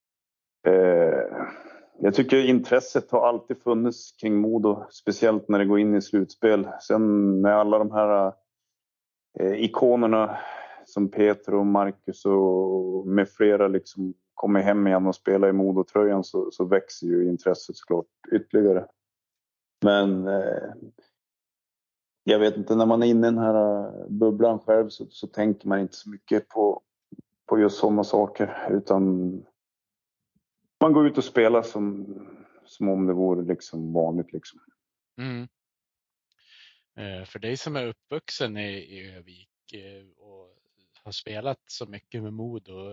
D: jag tycker intresset har alltid funnits kring Modo, speciellt när det går in i slutspel. Sen när alla de här ikonerna som Peter och Marcus och med flera liksom kommer hem igen och spelar i Modo-tröjan, så växer ju intresset såklart ytterligare. Men jag vet inte, när man är inne i den här bubblan själv så tänker man inte så mycket på just sådana saker, utan man går ut och spelar som om det vore liksom vanligt liksom.
C: Mm. För dig som är uppvuxen i Övik och har spelat så mycket med Modo,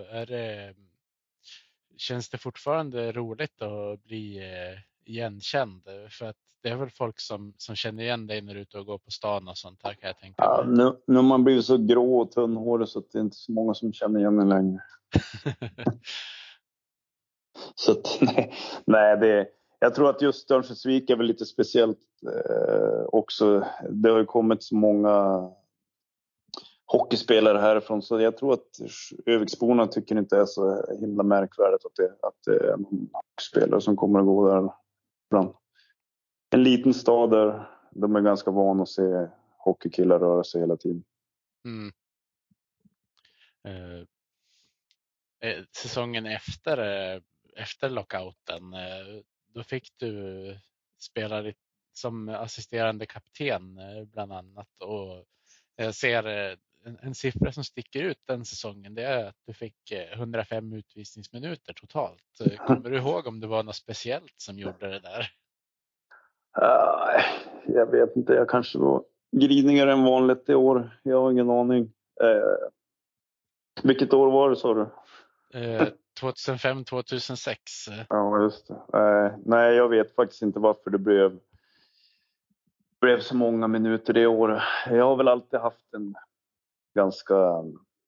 C: känns det fortfarande roligt att bli igenkänd? För att det är väl folk som känner igen dig när du är ute och går på stan och sånt här, kan jag tänka mig.
D: Nu har man blivit så grå och tunnhårig så att det är inte så många som känner igen mig längre. Så att, nej, jag tror att just Örnsköldsvik är väl lite speciellt också. Det har ju kommit så många hockeyspelare härifrån, så jag tror att Öviksborna tycker inte är så himla märkvärdigt att det är någon hockeyspelare som kommer att gå där ibland. En liten stad där de är ganska vana att se hockeykillar röra sig hela tiden.
C: Mm. Säsongen efter lockouten, då fick du spela lite som assisterande kapten bland annat, och jag ser en siffra som sticker ut den säsongen, det är att du fick 105 utvisningsminuter totalt. Kommer du ihåg om det var något speciellt som gjorde det där?
D: Jag vet inte, jag kanske var grinigare än vanligt i år. Jag har ingen aning. Vilket år var det, sa du?
C: 2005-2006.
D: Ja, just det. Nej, jag vet faktiskt inte varför det blev så många minuter det året. Jag har väl alltid haft en ganska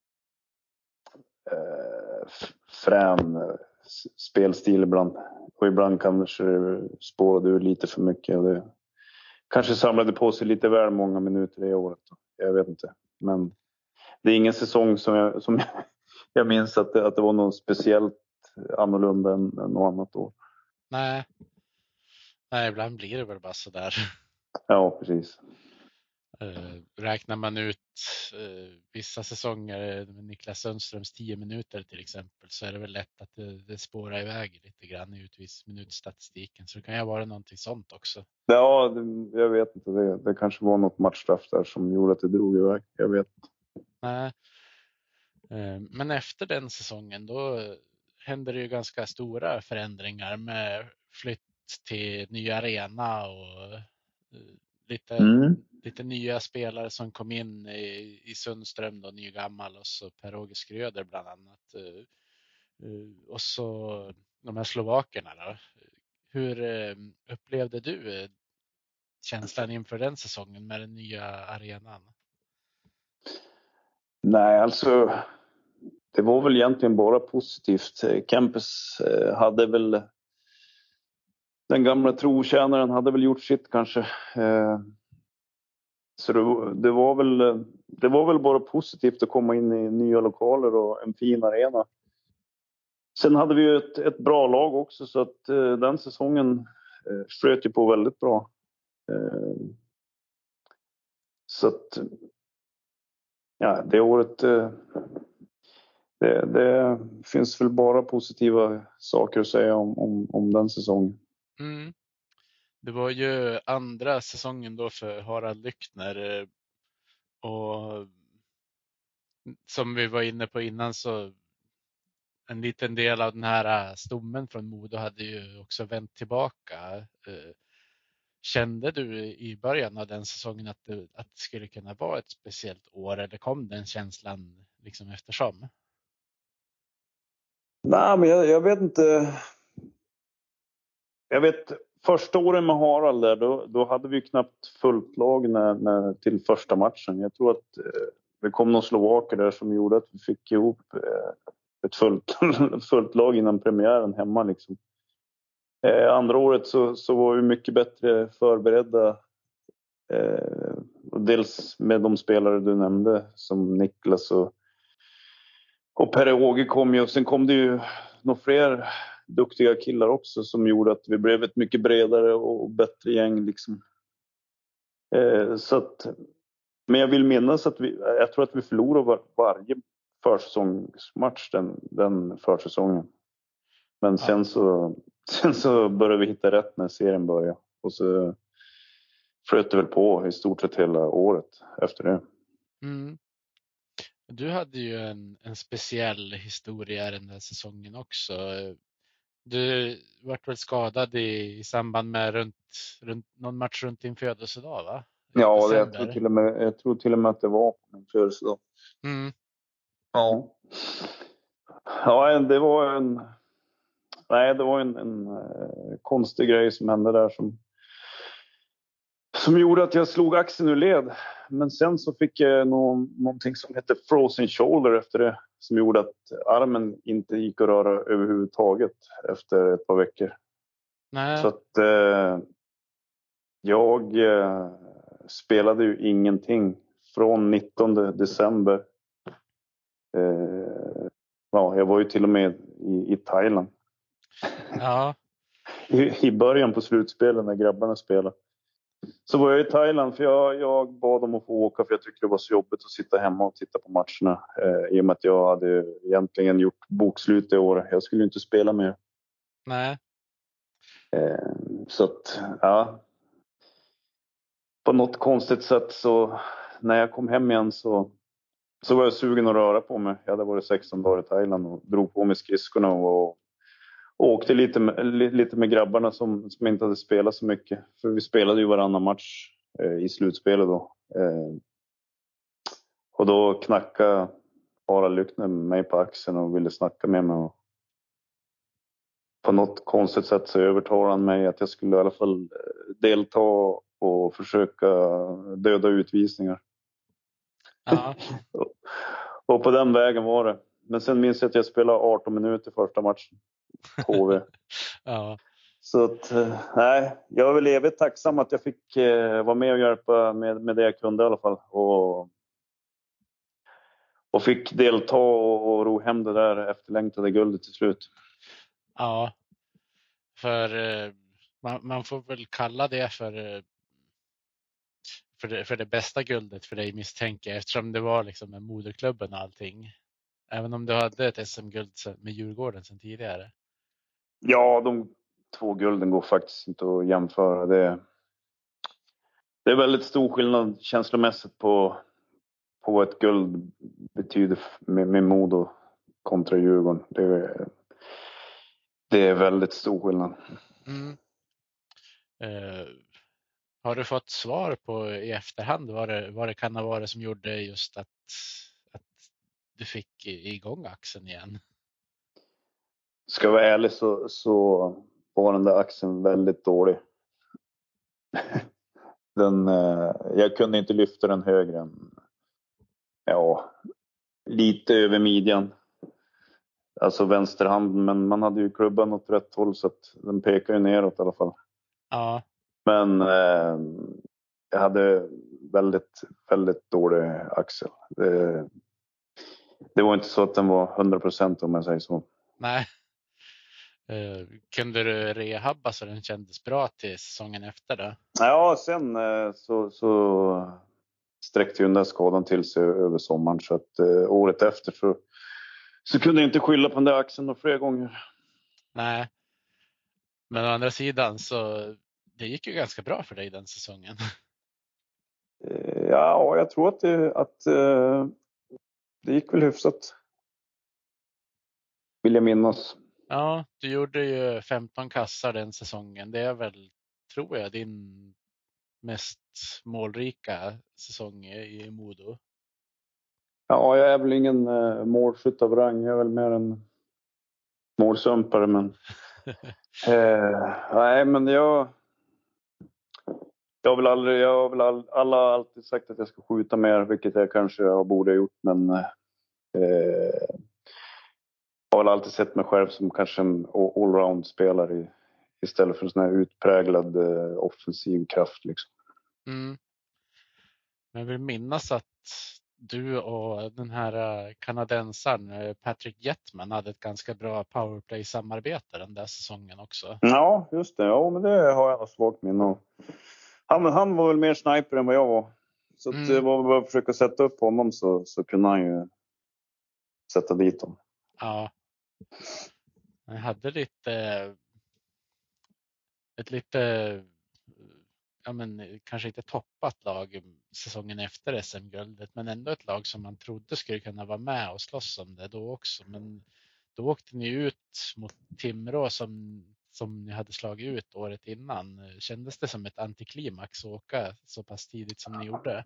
D: frän spelstil ibland. Och ibland kanske det spårade ur lite för mycket. Och det kanske samlade på sig lite väl många minuter det året. Jag vet inte. Men det är ingen säsong som jag minns att det var något speciellt annorlunda än något annat år.
C: Nej, ibland blir det väl bara sådär.
D: Ja, precis.
C: Räknar man ut vissa säsonger med Niklas Sundströms 10 minuter till exempel, så är det väl lätt att det spårar iväg lite grann i minutstatistiken. Så det kan ju vara någonting sånt också.
D: Ja, jag vet inte. Det kanske var något matchstraff där som gjorde att det drog iväg. Jag vet inte.
C: Nej. Men efter den säsongen då hände det ju ganska stora förändringar med flytt till ny arena och lite nya spelare som kom in i Sundström då, Nygammal, och så Per-Åge Skröder bland annat. Och så de här slovakerna då. Hur upplevde du känslan inför den säsongen med den nya arenan?
D: Nej, alltså det var väl egentligen bara positivt. Campus hade väl, den gamla trotjänaren hade väl gjort sitt kanske. Så det var väl bara positivt att komma in i nya lokaler och en fin arena. Sen hade vi ju ett bra lag också, så att den säsongen flöt ju på väldigt bra. Så att ja, det året det finns väl bara positiva saker att säga om den säsongen.
C: Mm. Det var ju andra säsongen då för Harald Lyckner, och som vi var inne på innan, så en liten del av den här stommen från Modo hade ju också vänt tillbaka. Kände du i början av den säsongen att det skulle kunna vara ett speciellt år, eller kom den känslan liksom eftersom?
D: Nej, men jag vet inte. Jag vet första året med Harald där, då hade vi knappt fullt lag när till första matchen. Jag tror att det kom några slovaker där som gjorde att vi fick ihop ett fullt lag innan premiären hemma liksom. Andra året så var vi mycket bättre förberedda. Dels med de spelare du nämnde som Niklas och Per-Åge kom ju. Och sen kom det ju några fler duktiga killar också som gjorde att vi blev ett mycket bredare och bättre gäng liksom. Så att, men jag vill minnas att jag tror att vi förlorade varje försäsongsmatch den försäsongen. Men sen så började vi hitta rätt när serien började. Och så flöt det väl på i stort sett hela året efter det.
C: Mm. Du hade ju en speciell historia den här säsongen också. Du vart väl skadad i samband med runt någon match runt din födelsedag, va? I
D: Ja,
C: december.
D: jag tror till och med att det var min födelsedag.
C: Mm.
D: Ja. Ja, det var en konstig grej som hände där som gjorde att jag slog axeln ur led. Men sen så fick jag någonting som heter frozen shoulder efter det. Som gjorde att armen inte gick att röra överhuvudtaget efter ett par veckor.
C: Nej.
D: Så att jag spelade ju ingenting från 19 december. Ja, jag var ju till och med i Thailand.
C: Ja.
D: I början på slutspelet när grabbarna spelade. Så var jag i Thailand för jag bad om att få åka för jag tyckte det var så jobbigt att sitta hemma och titta på matcherna. I och med att jag hade egentligen gjort bokslut i år. Jag skulle ju inte spela mer.
C: Nej.
D: Så att, ja. På något konstigt sätt så när jag kom hem igen så var jag sugen att röra på mig. Jag hade varit 16 dagar i Thailand och drog på mig skridskorna och åkte lite med grabbarna som inte hade spelat så mycket. För vi spelade ju varannan match i slutspelet då. Och då knackade Harald Lyckner mig på axeln och ville snacka med mig. Och på något konstigt sätt så övertalade han mig att jag skulle i alla fall delta och försöka döda utvisningar.
C: Ja.
D: Och på den vägen var det. Men sen minns jag att jag spelade 18 minuter första matchen. HV.
C: Ja.
D: Så att, nej, jag är väl evigt tacksam att jag fick vara med och hjälpa med det jag kunde i alla fall. Och fick delta och ro hem det där efterlängtade guldet till slut.
C: Ja. För man får väl kalla det för det bästa guldet för dig, misstänker jag, eftersom det var liksom med moderklubben och allting. Även om du hade ett SM-guld med Djurgården sedan tidigare.
D: Ja, de 2 gulden går faktiskt inte att jämföra. Det är väldigt stor skillnad känslomässigt på vad ett guld betyder med Modo kontra Djurgården. Det är väldigt stor skillnad.
C: Mm. Har du fått svar på i efterhand vad det kan ha varit som gjorde just att du fick igång axeln igen?
D: Ska jag vara ärlig så var den där axeln väldigt dålig. Jag kunde inte lyfta den högre än lite över midjan. Alltså vänsterhanden, men man hade ju klubban åt rätt håll så att den pekar ju neråt i alla fall.
C: Ja.
D: Men jag hade väldigt, väldigt dålig axel. Det var inte så att den var 100% om jag säger så.
C: Nej. Kunde du rehabba så den kändes bra till säsongen efter då?
D: Ja, sen så sträckte ju den där skadan till sig över sommaren. Så att året efter så kunde jag inte skylla på den där axeln fler gånger. Nej.
C: Men å andra sidan så det gick ju ganska bra för dig den säsongen.
D: Ja, jag tror att det gick väl hyfsat. Vill jag minnas.
C: Ja, du gjorde ju 15 kassar den säsongen. Det är väl, tror jag, din mest målrika säsong i Modo.
D: Ja, jag är väl ingen målskytt av rang. Jag är väl mer en målsumpare. Men nej, men jag har alltid sagt att jag ska skjuta mer, vilket jag kanske borde ha gjort, men jag har väl alltid sett mig själv som kanske en allround-spelare istället för en sån här utpräglad offensiv kraft liksom.
C: Mm. Men jag vill minnas att du och den här kanadensaren Patrick Jetman hade ett ganska bra powerplay-samarbete den där säsongen också.
D: Ja, just det. Ja, men det har jag svagt minne. Han var väl mer sniper än vad jag var. Så att det var bara att försöka sätta upp honom så kunde han ju sätta dit dem.
C: Ja. Jag hade ja, men kanske inte toppat lag säsongen efter SM-guldet, men ändå ett lag som man trodde skulle kunna vara med och slåss om det då också. Men då åkte ni ut mot Timrå som ni hade slagit ut året innan. Kändes det som ett antiklimax att åka så pass tidigt som ni gjorde?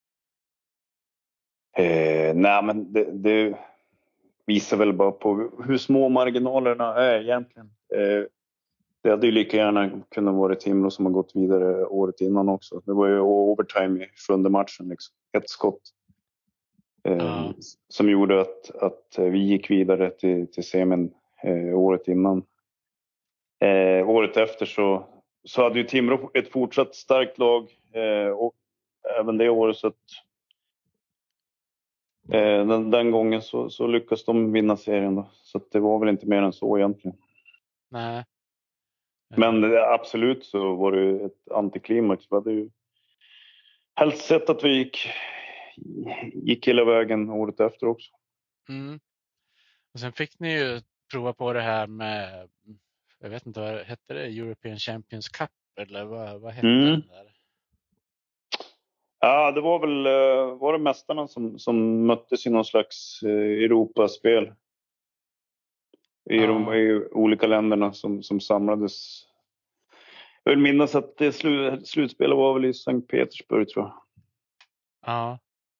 D: Nej, men det visar väl bara på hur små marginalerna är egentligen. Det hade ju lika gärna kunnat vara Timrå som har gått vidare året innan också. Det var ju overtime i 7:e matchen liksom. Ett skott. Som gjorde att vi gick vidare till semin året innan. Året efter så hade ju Timrå ett fortsatt starkt lag. Och även det året så att den gången så lyckas de vinna serien då. Så att det var väl inte mer än så egentligen.
C: Nej.
D: Men absolut så var det ett antiklimax. Vi hade ju helst sett att vi gick hela vägen året efter också.
C: Mm. Och sen fick ni ju prova på det här med, jag vet inte vad hette det, European Champions Cup eller vad hette den där?
D: Ja, det var väl var det mästarna som möttes i någon slags Europaspel. I de olika länderna som samlades. Jag vill minnas att det slutspelet var väl i Sankt Petersburg, tror jag.
C: Ja.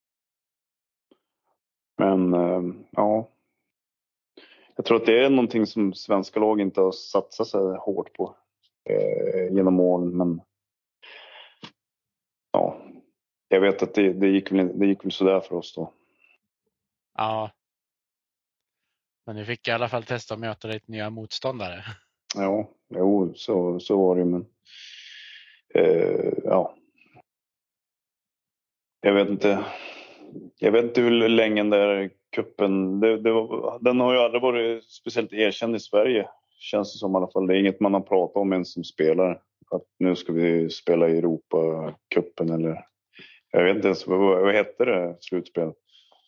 D: Men ja. Jag tror att det är någonting som svenska lag inte har satsat sig hårt på genom åren. Men ja, jag vet att det gick väl sådär för oss då.
C: Ja. Men ni fick i alla fall testa att möta lite nya motståndare.
D: Ja, jo, så var det, men ja. Jag vet inte hur länge den där kuppen, den har ju aldrig varit speciellt erkänd i Sverige. Känns det som i alla fall. Det är inget man har pratat om ens som spelare. Att nu ska vi spela i Europa-kuppen eller jag vet inte ens vad hette det slutspelet?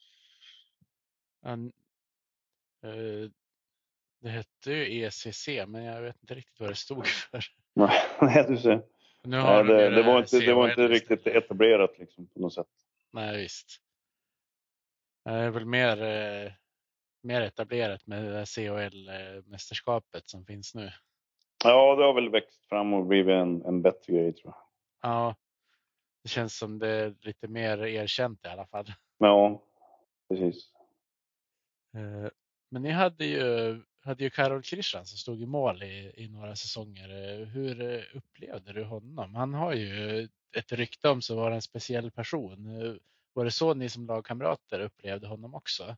C: Det hette ju ECC, men jag vet inte riktigt vad det stod för.
D: Nej, du ser.
C: Nu har
D: det var inte riktigt etablerat liksom, på något sätt.
C: Nej, visst. Det är väl mer etablerat med det CHL-mästerskapet som finns nu.
D: Ja, det har väl växt fram och blivit en bättre grej, tror jag.
C: Ja, det känns som det är lite mer erkänt i alla fall.
D: Ja, precis.
C: Men ni hade ju Karol Krishan som stod i mål i några säsonger. Hur upplevde du honom? Han har ju ett rykte om sig att vara en speciell person. Var det så ni som lagkamrater upplevde honom också?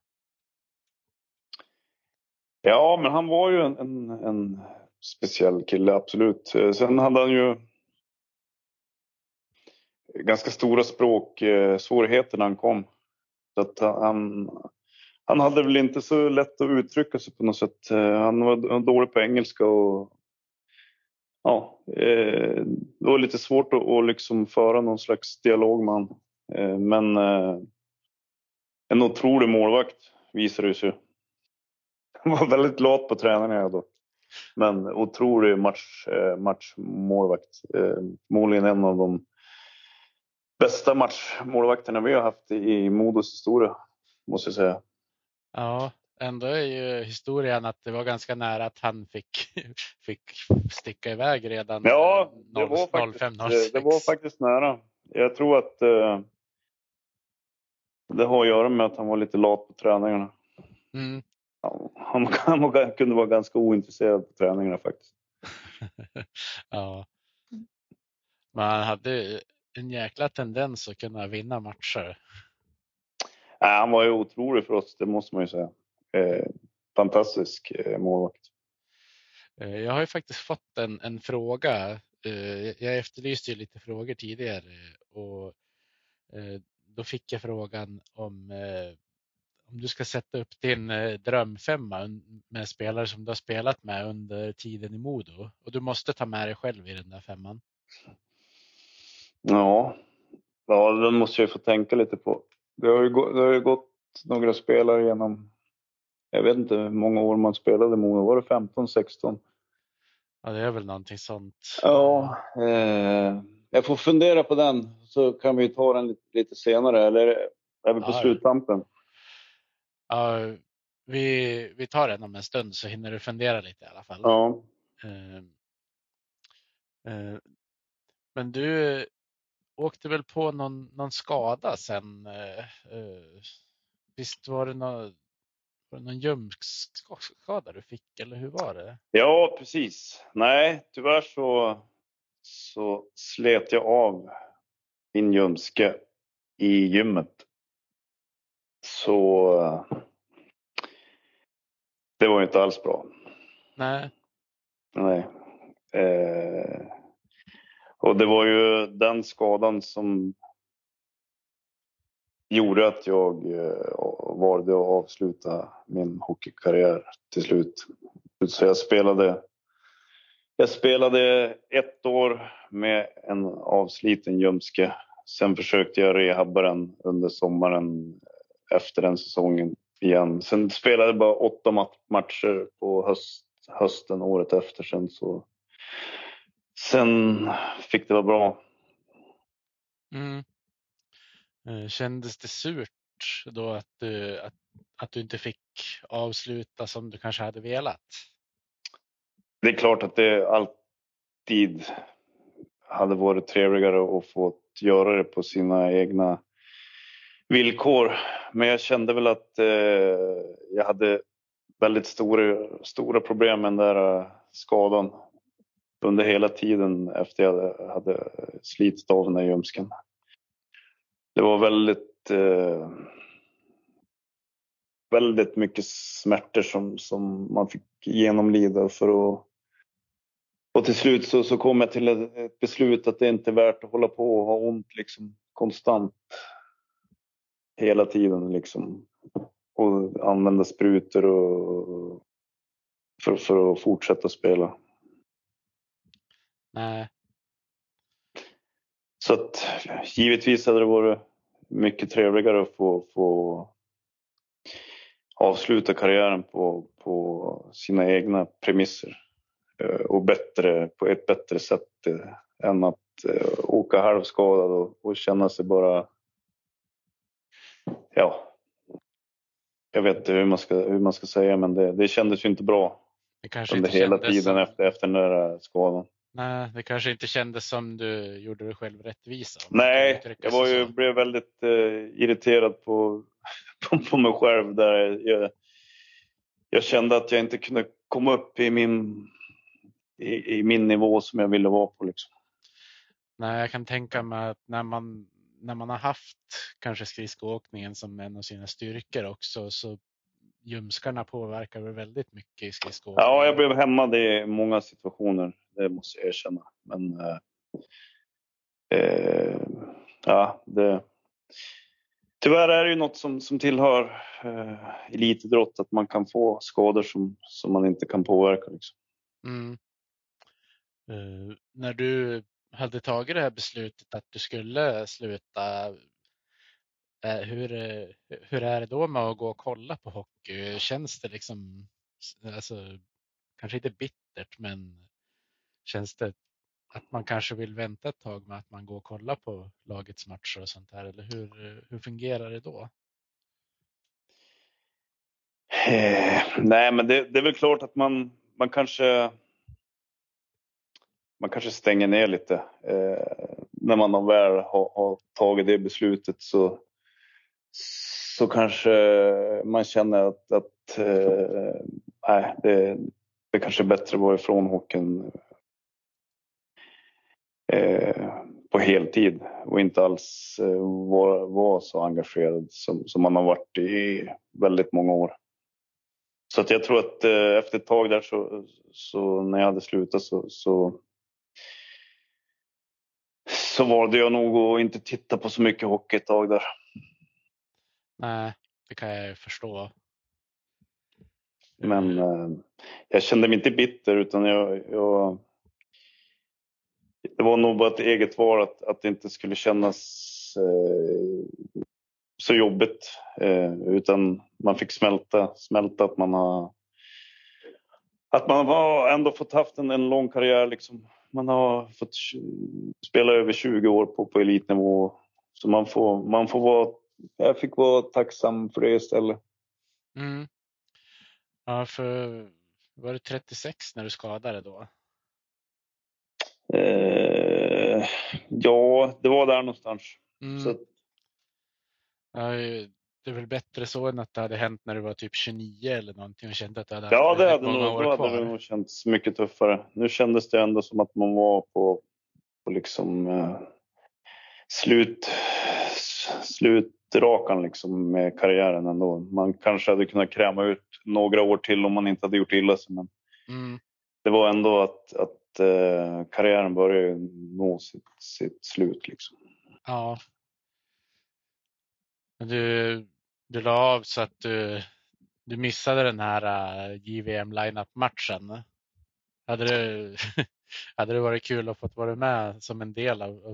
D: Ja, men han var ju en speciell kille, absolut. Sen hade han ju ganska stora språksvårigheter när han kom. Så att han hade väl inte så lätt att uttrycka sig på något sätt. Han var dålig på engelska och ja, det var lite svårt att liksom föra någon slags dialog med han. Men en otrolig målvakt visade det sig. Han var väldigt lat på träningarna då. Men otrolig matchmålvakt. Förmodligen en av de bästa matchmålvakterna vi har haft i Modos historia, måste jag säga.
C: Ja, ändå är ju historien att det var ganska nära att han fick sticka iväg redan.
D: Ja,
C: 05-06.
D: Det var faktiskt nära. Jag tror att det har att göra med att han var lite lat på träningarna.
C: Mm.
D: Ja, han kunde vara ganska ointresserad på träningarna faktiskt.
C: Ja. Men han hade en jäkla tendens att kunna vinna matcher.
D: Han var ju otrolig för oss, det måste man ju säga. Fantastisk målvakt.
C: Jag har ju faktiskt fått en fråga. Jag efterlyste ju lite frågor tidigare och då fick jag frågan om du ska sätta upp din drömfemma med spelare som du har spelat med under tiden i Modo. Och du måste ta med dig själv i den där femman.
D: Ja, den måste jag få tänka lite på. Det har ju gått några spelare genom, jag vet inte hur många år man spelade Modo. Var det 15-16?
C: Ja, det är väl någonting sånt.
D: Ja, Jag får fundera på den, så kan vi ta den lite senare. Eller är vi på sluttampen?
C: Ja, vi tar den om en stund så hinner du fundera lite i alla fall.
D: Ja.
C: Men du åkte väl på någon skada sen? Visst var det någon ljumskskada du fick, eller hur var det?
D: Ja, precis. Nej, tyvärr så slet jag av min ljumske i gymmet. Så det var ju inte alls bra.
C: Nej.
D: Och det var ju den skadan som gjorde att jag valde att avsluta min hockeykarriär till slut. Så jag spelade 1 år med en avsliten ljumske. Sen försökte jag rehabba den under sommaren efter den säsongen igen. Sen spelade jag bara 8 matcher på hösten året efter. Sen fick det vara bra.
C: Kändes det surt då att du inte fick avsluta som du kanske hade velat?
D: Det är klart att det alltid hade varit trevligare att få göra det på sina egna villkor. Men jag kände väl att jag hade väldigt stora problem med den där skadan under hela tiden efter jag hade slitit av den här ljumsken. Det var väldigt mycket smärtor som man fick genomlida för att... Och till slut så kom jag till ett beslut att det inte är värt att hålla på och ha ont liksom konstant hela tiden liksom. Och använda sprutor och för att fortsätta spela.
C: Nej.
D: Så att givetvis hade det varit mycket trevligare att få avsluta karriären på sina egna premisser. Och på ett bättre sätt än att åka halvskadad och känna sig bara... Ja, jag vet inte hur man ska säga, men det kändes ju inte bra under hela tiden efter den där skadan.
C: Nej, det kanske inte kändes som du gjorde dig själv rättvisa.
D: Nej, jag blev väldigt irriterad på mig själv där. Jag kände att jag inte kunde komma upp i min nivå som jag ville vara på liksom.
C: Nej, jag kan tänka mig att när man har haft kanske skridskoåkningen som en av sina styrkor också, så ljumskarna påverkar väl väldigt mycket i skridskoåkningen.
D: Ja, jag blev hämmad i många situationer, det måste jag erkänna. Men ja, tyvärr är det ju något som tillhör elitidrott, att man kan få skador som man inte kan påverka liksom.
C: När du hade tagit det här beslutet att du skulle sluta, hur är det då med att gå och kolla på hockey? Känns det liksom, alltså, kanske inte bittert, men känns det att man kanske vill vänta ett tag med att man går och kollar på lagets matcher och sånt här, eller hur fungerar det då?
D: Nej, men det är väl klart att man kanske stänger ner lite när man väl har tagit det beslutet, så kanske man känner att nej, det kanske är bättre att vara ifrån hockeyn på heltid och inte alls vara så engagerad som man har varit i väldigt många år. Så att jag tror att efter ett tag där så när jag hade slutat så valde jag nog att inte titta på så mycket hockey ett tag där.
C: Nej, det kan jag förstå.
D: Men jag kände mig inte bitter, utan det var nog bara ett eget val att det inte skulle kännas så jobbigt, utan man fick smälta att man har ändå fått haft en lång karriär liksom, Man har fått spela över 20 år på elitnivå. Så man får vara, jag fick vara tacksam för det istället.
C: Mm. Ja, för var det 36 när du skadade då?
D: Ja, det var där någonstans.
C: Mm.
D: Så,
C: Ja, det är väl bättre så än att det hade hänt när du var typ 29 eller någonting och kände att du hade haft
D: ja,
C: väldigt många år
D: då
C: kvar.
D: hade det nog känts mycket tuffare. Nu kändes det ändå som att man var på liksom slutrakan liksom med karriären ändå. Man kanske hade kunnat kräma ut några år till om man inte hade gjort illa sig. Men det var ändå att karriären började nå sitt slut liksom.
C: Ja. Du la av så att du missade den här JVM lineup-matchen. Hade det varit kul att få vara med som en del av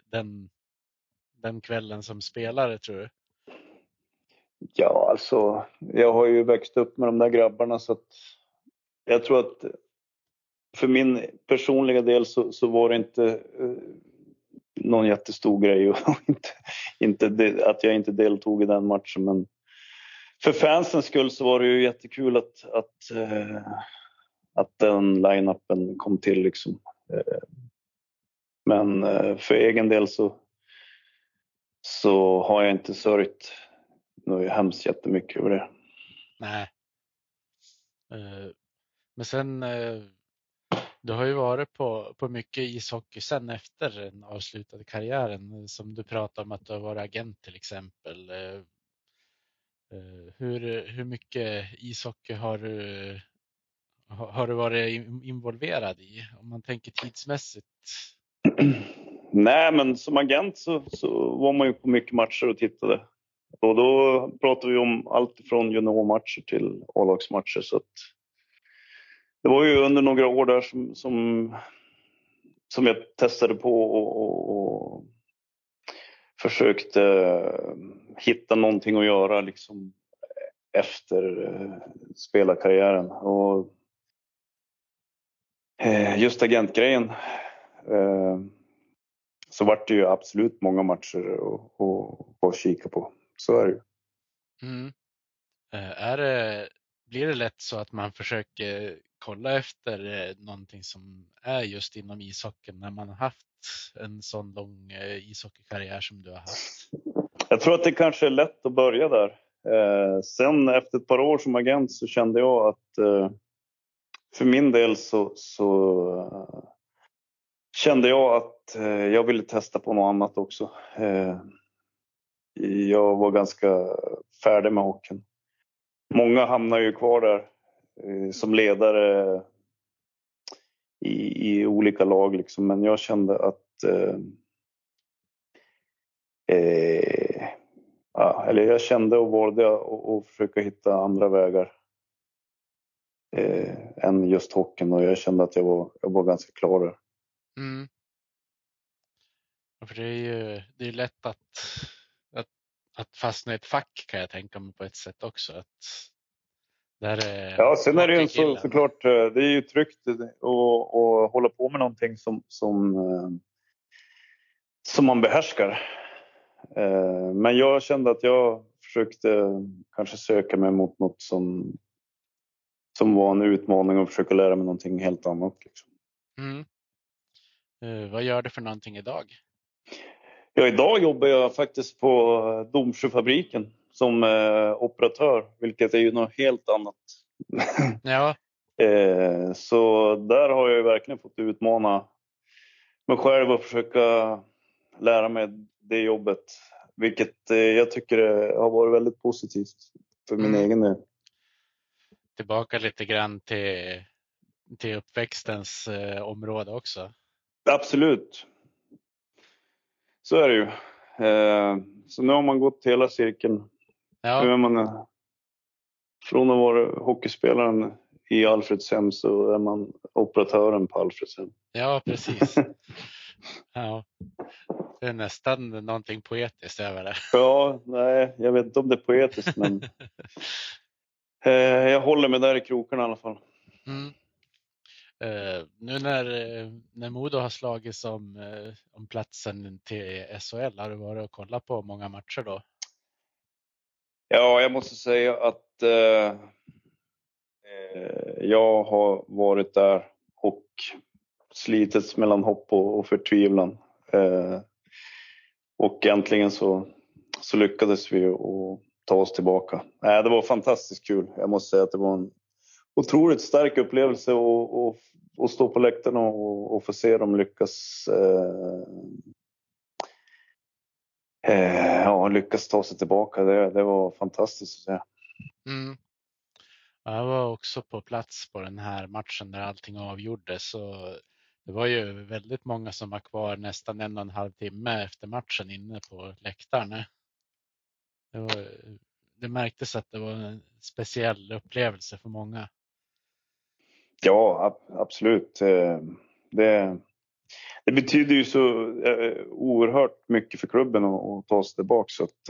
C: den kvällen som spelare, tror du?
D: Ja, alltså jag har ju växt upp med de där grabbarna så att jag tror att för min personliga del så var det inte någon jättestor grej och att jag inte deltog i den matchen, men för fansens skull så var det ju jättekul att den line-upen kom till liksom. Men för egen del så har jag inte sörjt något hemskt jättemycket över det.
C: Nej. Men sen du har ju varit på mycket ishockey sen efter den avslutade karriären, som du pratar om att du har varit agent till exempel. Hur mycket ishockey har du varit involverad i, om man tänker tidsmässigt?
D: Nej, men som agent så var man ju på mycket matcher och tittade. Och då pratade vi om allt från juniormatcher till A-lagsmatcher. Så att det var ju under några år där som jag testade på och försökte hitta någonting att göra liksom efter spelarkarriären. Och just agentgrejen så var det ju absolut många matcher att kika på. Så är det ju.
C: Mm. Blir det lätt så att man försöker kolla efter någonting som är just inom ishockeyn när man har haft en sån lång ishockeykarriär som du har haft?
D: Jag tror att det kanske är lätt att börja där. Sen efter ett par år som agent så kände jag att för min del så kände jag att jag ville testa på något annat också. Jag var ganska färdig med hockeyn. Många hamnar ju kvar där som ledare i olika lag liksom. Men jag kände att jag kände och valde att försöka hitta andra vägar än just hockeyn, och jag kände att jag var ganska klar där.
C: Mm. För det är lätt att fastna i ett fack, kan jag tänka mig på ett sätt också. Ja, sen är det ju
D: såklart, det är ju tryggt att hålla på med någonting som man behärskar. Men jag kände att jag försökte kanske söka mig mot något som var en utmaning och försöka lära mig någonting helt annat. Liksom.
C: Vad gör du för någonting idag?
D: Ja, idag jobbar jag faktiskt på Domsjöfabriken som operatör, vilket är ju något helt annat.
C: Ja.
D: Så där har jag ju verkligen fått utmana mig själv och försöka lära mig det jobbet. Vilket jag tycker har varit väldigt positivt för min egen del.
C: Tillbaka lite grann till uppväxtens område också.
D: Absolut. Så är det ju. Så nu har man gått hela cirkeln.
C: Ja.
D: Nu är man från att vara hockeyspelaren i Alfredshem så är man operatören på Alfredshem.
C: Ja, precis. Ja. Det är nästan någonting poetiskt över det.
D: Ja, nej, jag vet inte om det är poetiskt, men jag håller mig där i krokarna i alla fall.
C: Nu när Modo har slagits om platsen till SHL, har du varit och kollat på många matcher då?
D: Ja, jag måste säga att jag har varit där och slitits mellan hopp och förtvivlan. Och äntligen så lyckades vi att ta oss tillbaka. Det var fantastiskt kul. Jag måste säga att det var en otroligt stark upplevelse att stå på läktarna och få se dem lyckas lyckas ta sig tillbaka. Det var fantastiskt att se.
C: Mm. Jag var också på plats på den här matchen där allting avgjordes. Så det var ju väldigt många som var kvar nästan 1,5 timme efter matchen inne på läktarna. Det märktes att det var en speciell upplevelse för många.
D: Ja, absolut. Det betyder ju så oerhört mycket för klubben att ta sig tillbaka. Så att,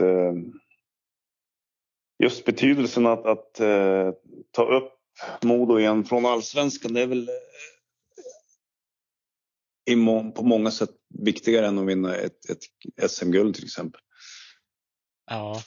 D: just betydelsen att ta upp Modo igen från allsvenskan, det är väl på många sätt viktigare än att vinna ett SM-guld till exempel.
C: Ja.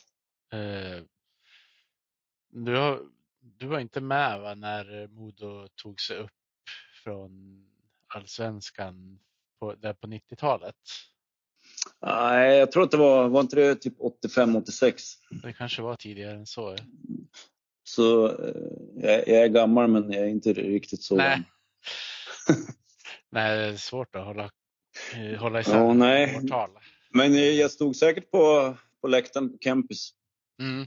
C: Du var inte med när Modo tog sig upp från allsvenskan där på 90-talet?
D: Nej, jag tror att det var inte det typ 85-86.
C: Det kanske var tidigare än så.
D: Så jag är gammal, men jag är inte riktigt så.
C: Nej. Nej, det är svårt att hålla isär årtal.
D: Men jag stod säkert på läktaren på campus.
C: Mm.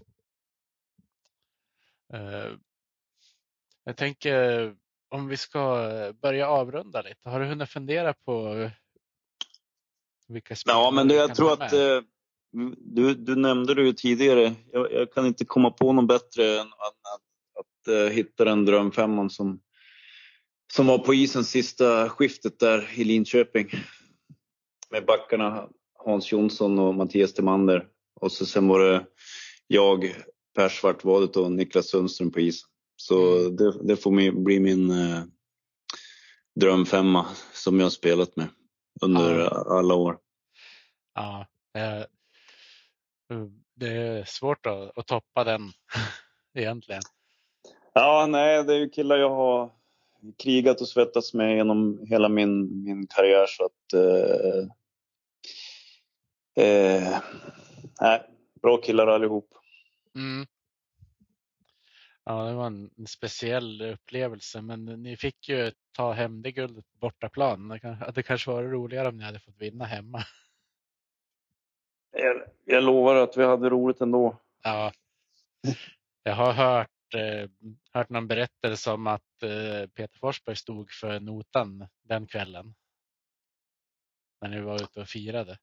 C: Jag tänker, om vi ska börja avrunda lite, har du hunnit fundera på vilka spelare? Ja,
D: men jag tror att du nämnde det ju tidigare. Jag kan inte komma på något bättre än att hitta den drömfemman som var på isen sista skiftet där i Linköping. Med backarna Hans Jonsson och Mattias Timander. Och sen var det jag, Per Svartvadet och Niklas Sundström på isen. Så det får bli min drömfemma som jag har spelat med under alla år.
C: Ja, det är svårt att toppa den egentligen.
D: Ja, nej, det är ju killar jag har krigat och svettats med genom hela min karriär. Så att bra killar allihop.
C: Mm. Ja, det var en speciell upplevelse, men ni fick ju ta hem det guldet på bortaplan. Det kanske var roligare om ni hade fått vinna hemma.
D: Jag lovar att vi hade roligt ändå.
C: Ja. Jag har hört någon berättelse om att Peter Forsberg stod för notan den kvällen. När ni var ute och firade.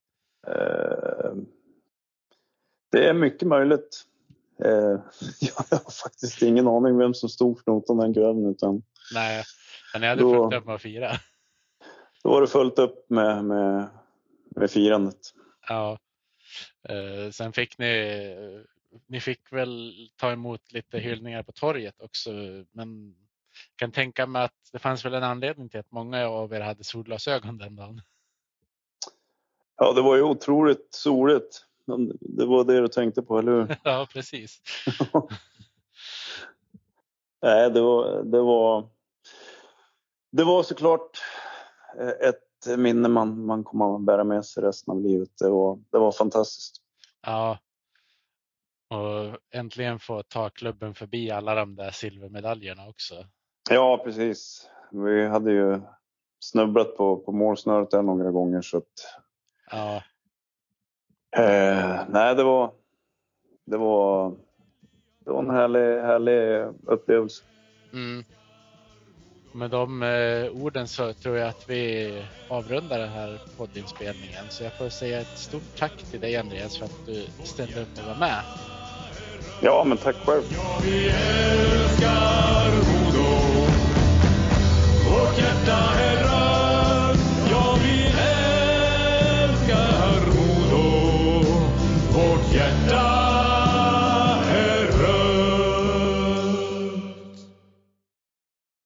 D: Det är mycket möjligt. Jag har faktiskt ingen aning vem som stod för notan den kvällen. Utan
C: nej, men ni hade fullt upp med att fira.
D: Då var det fullt upp med firandet.
C: Ja. Sen fick ni fick väl ta emot lite hyllningar på torget också. Men jag kan tänka mig att det fanns väl en anledning till att många av er hade solglasögon den dagen. Ja,
D: det var ju otroligt soligt. Det var det du tänkte på, eller hur?
C: Ja, precis.
D: Nej, det var såklart ett minne man kommer att bära med sig resten av livet. Det var fantastiskt.
C: Ja. Och äntligen få ta klubben förbi alla de där silvermedaljerna också.
D: Ja, precis. Vi hade ju snubblat på målsnöret där några gånger. Så att,
C: ja.
D: Nej, det var en härlig upplevelse.
C: Mm. Med de orden så tror jag att vi avrundar den här poddinspelningen. Så jag får säga ett stort tack till dig, Andreas, för att du ställde upp och var med.
D: Ja, men tack själv.
B: Ja, vi älskar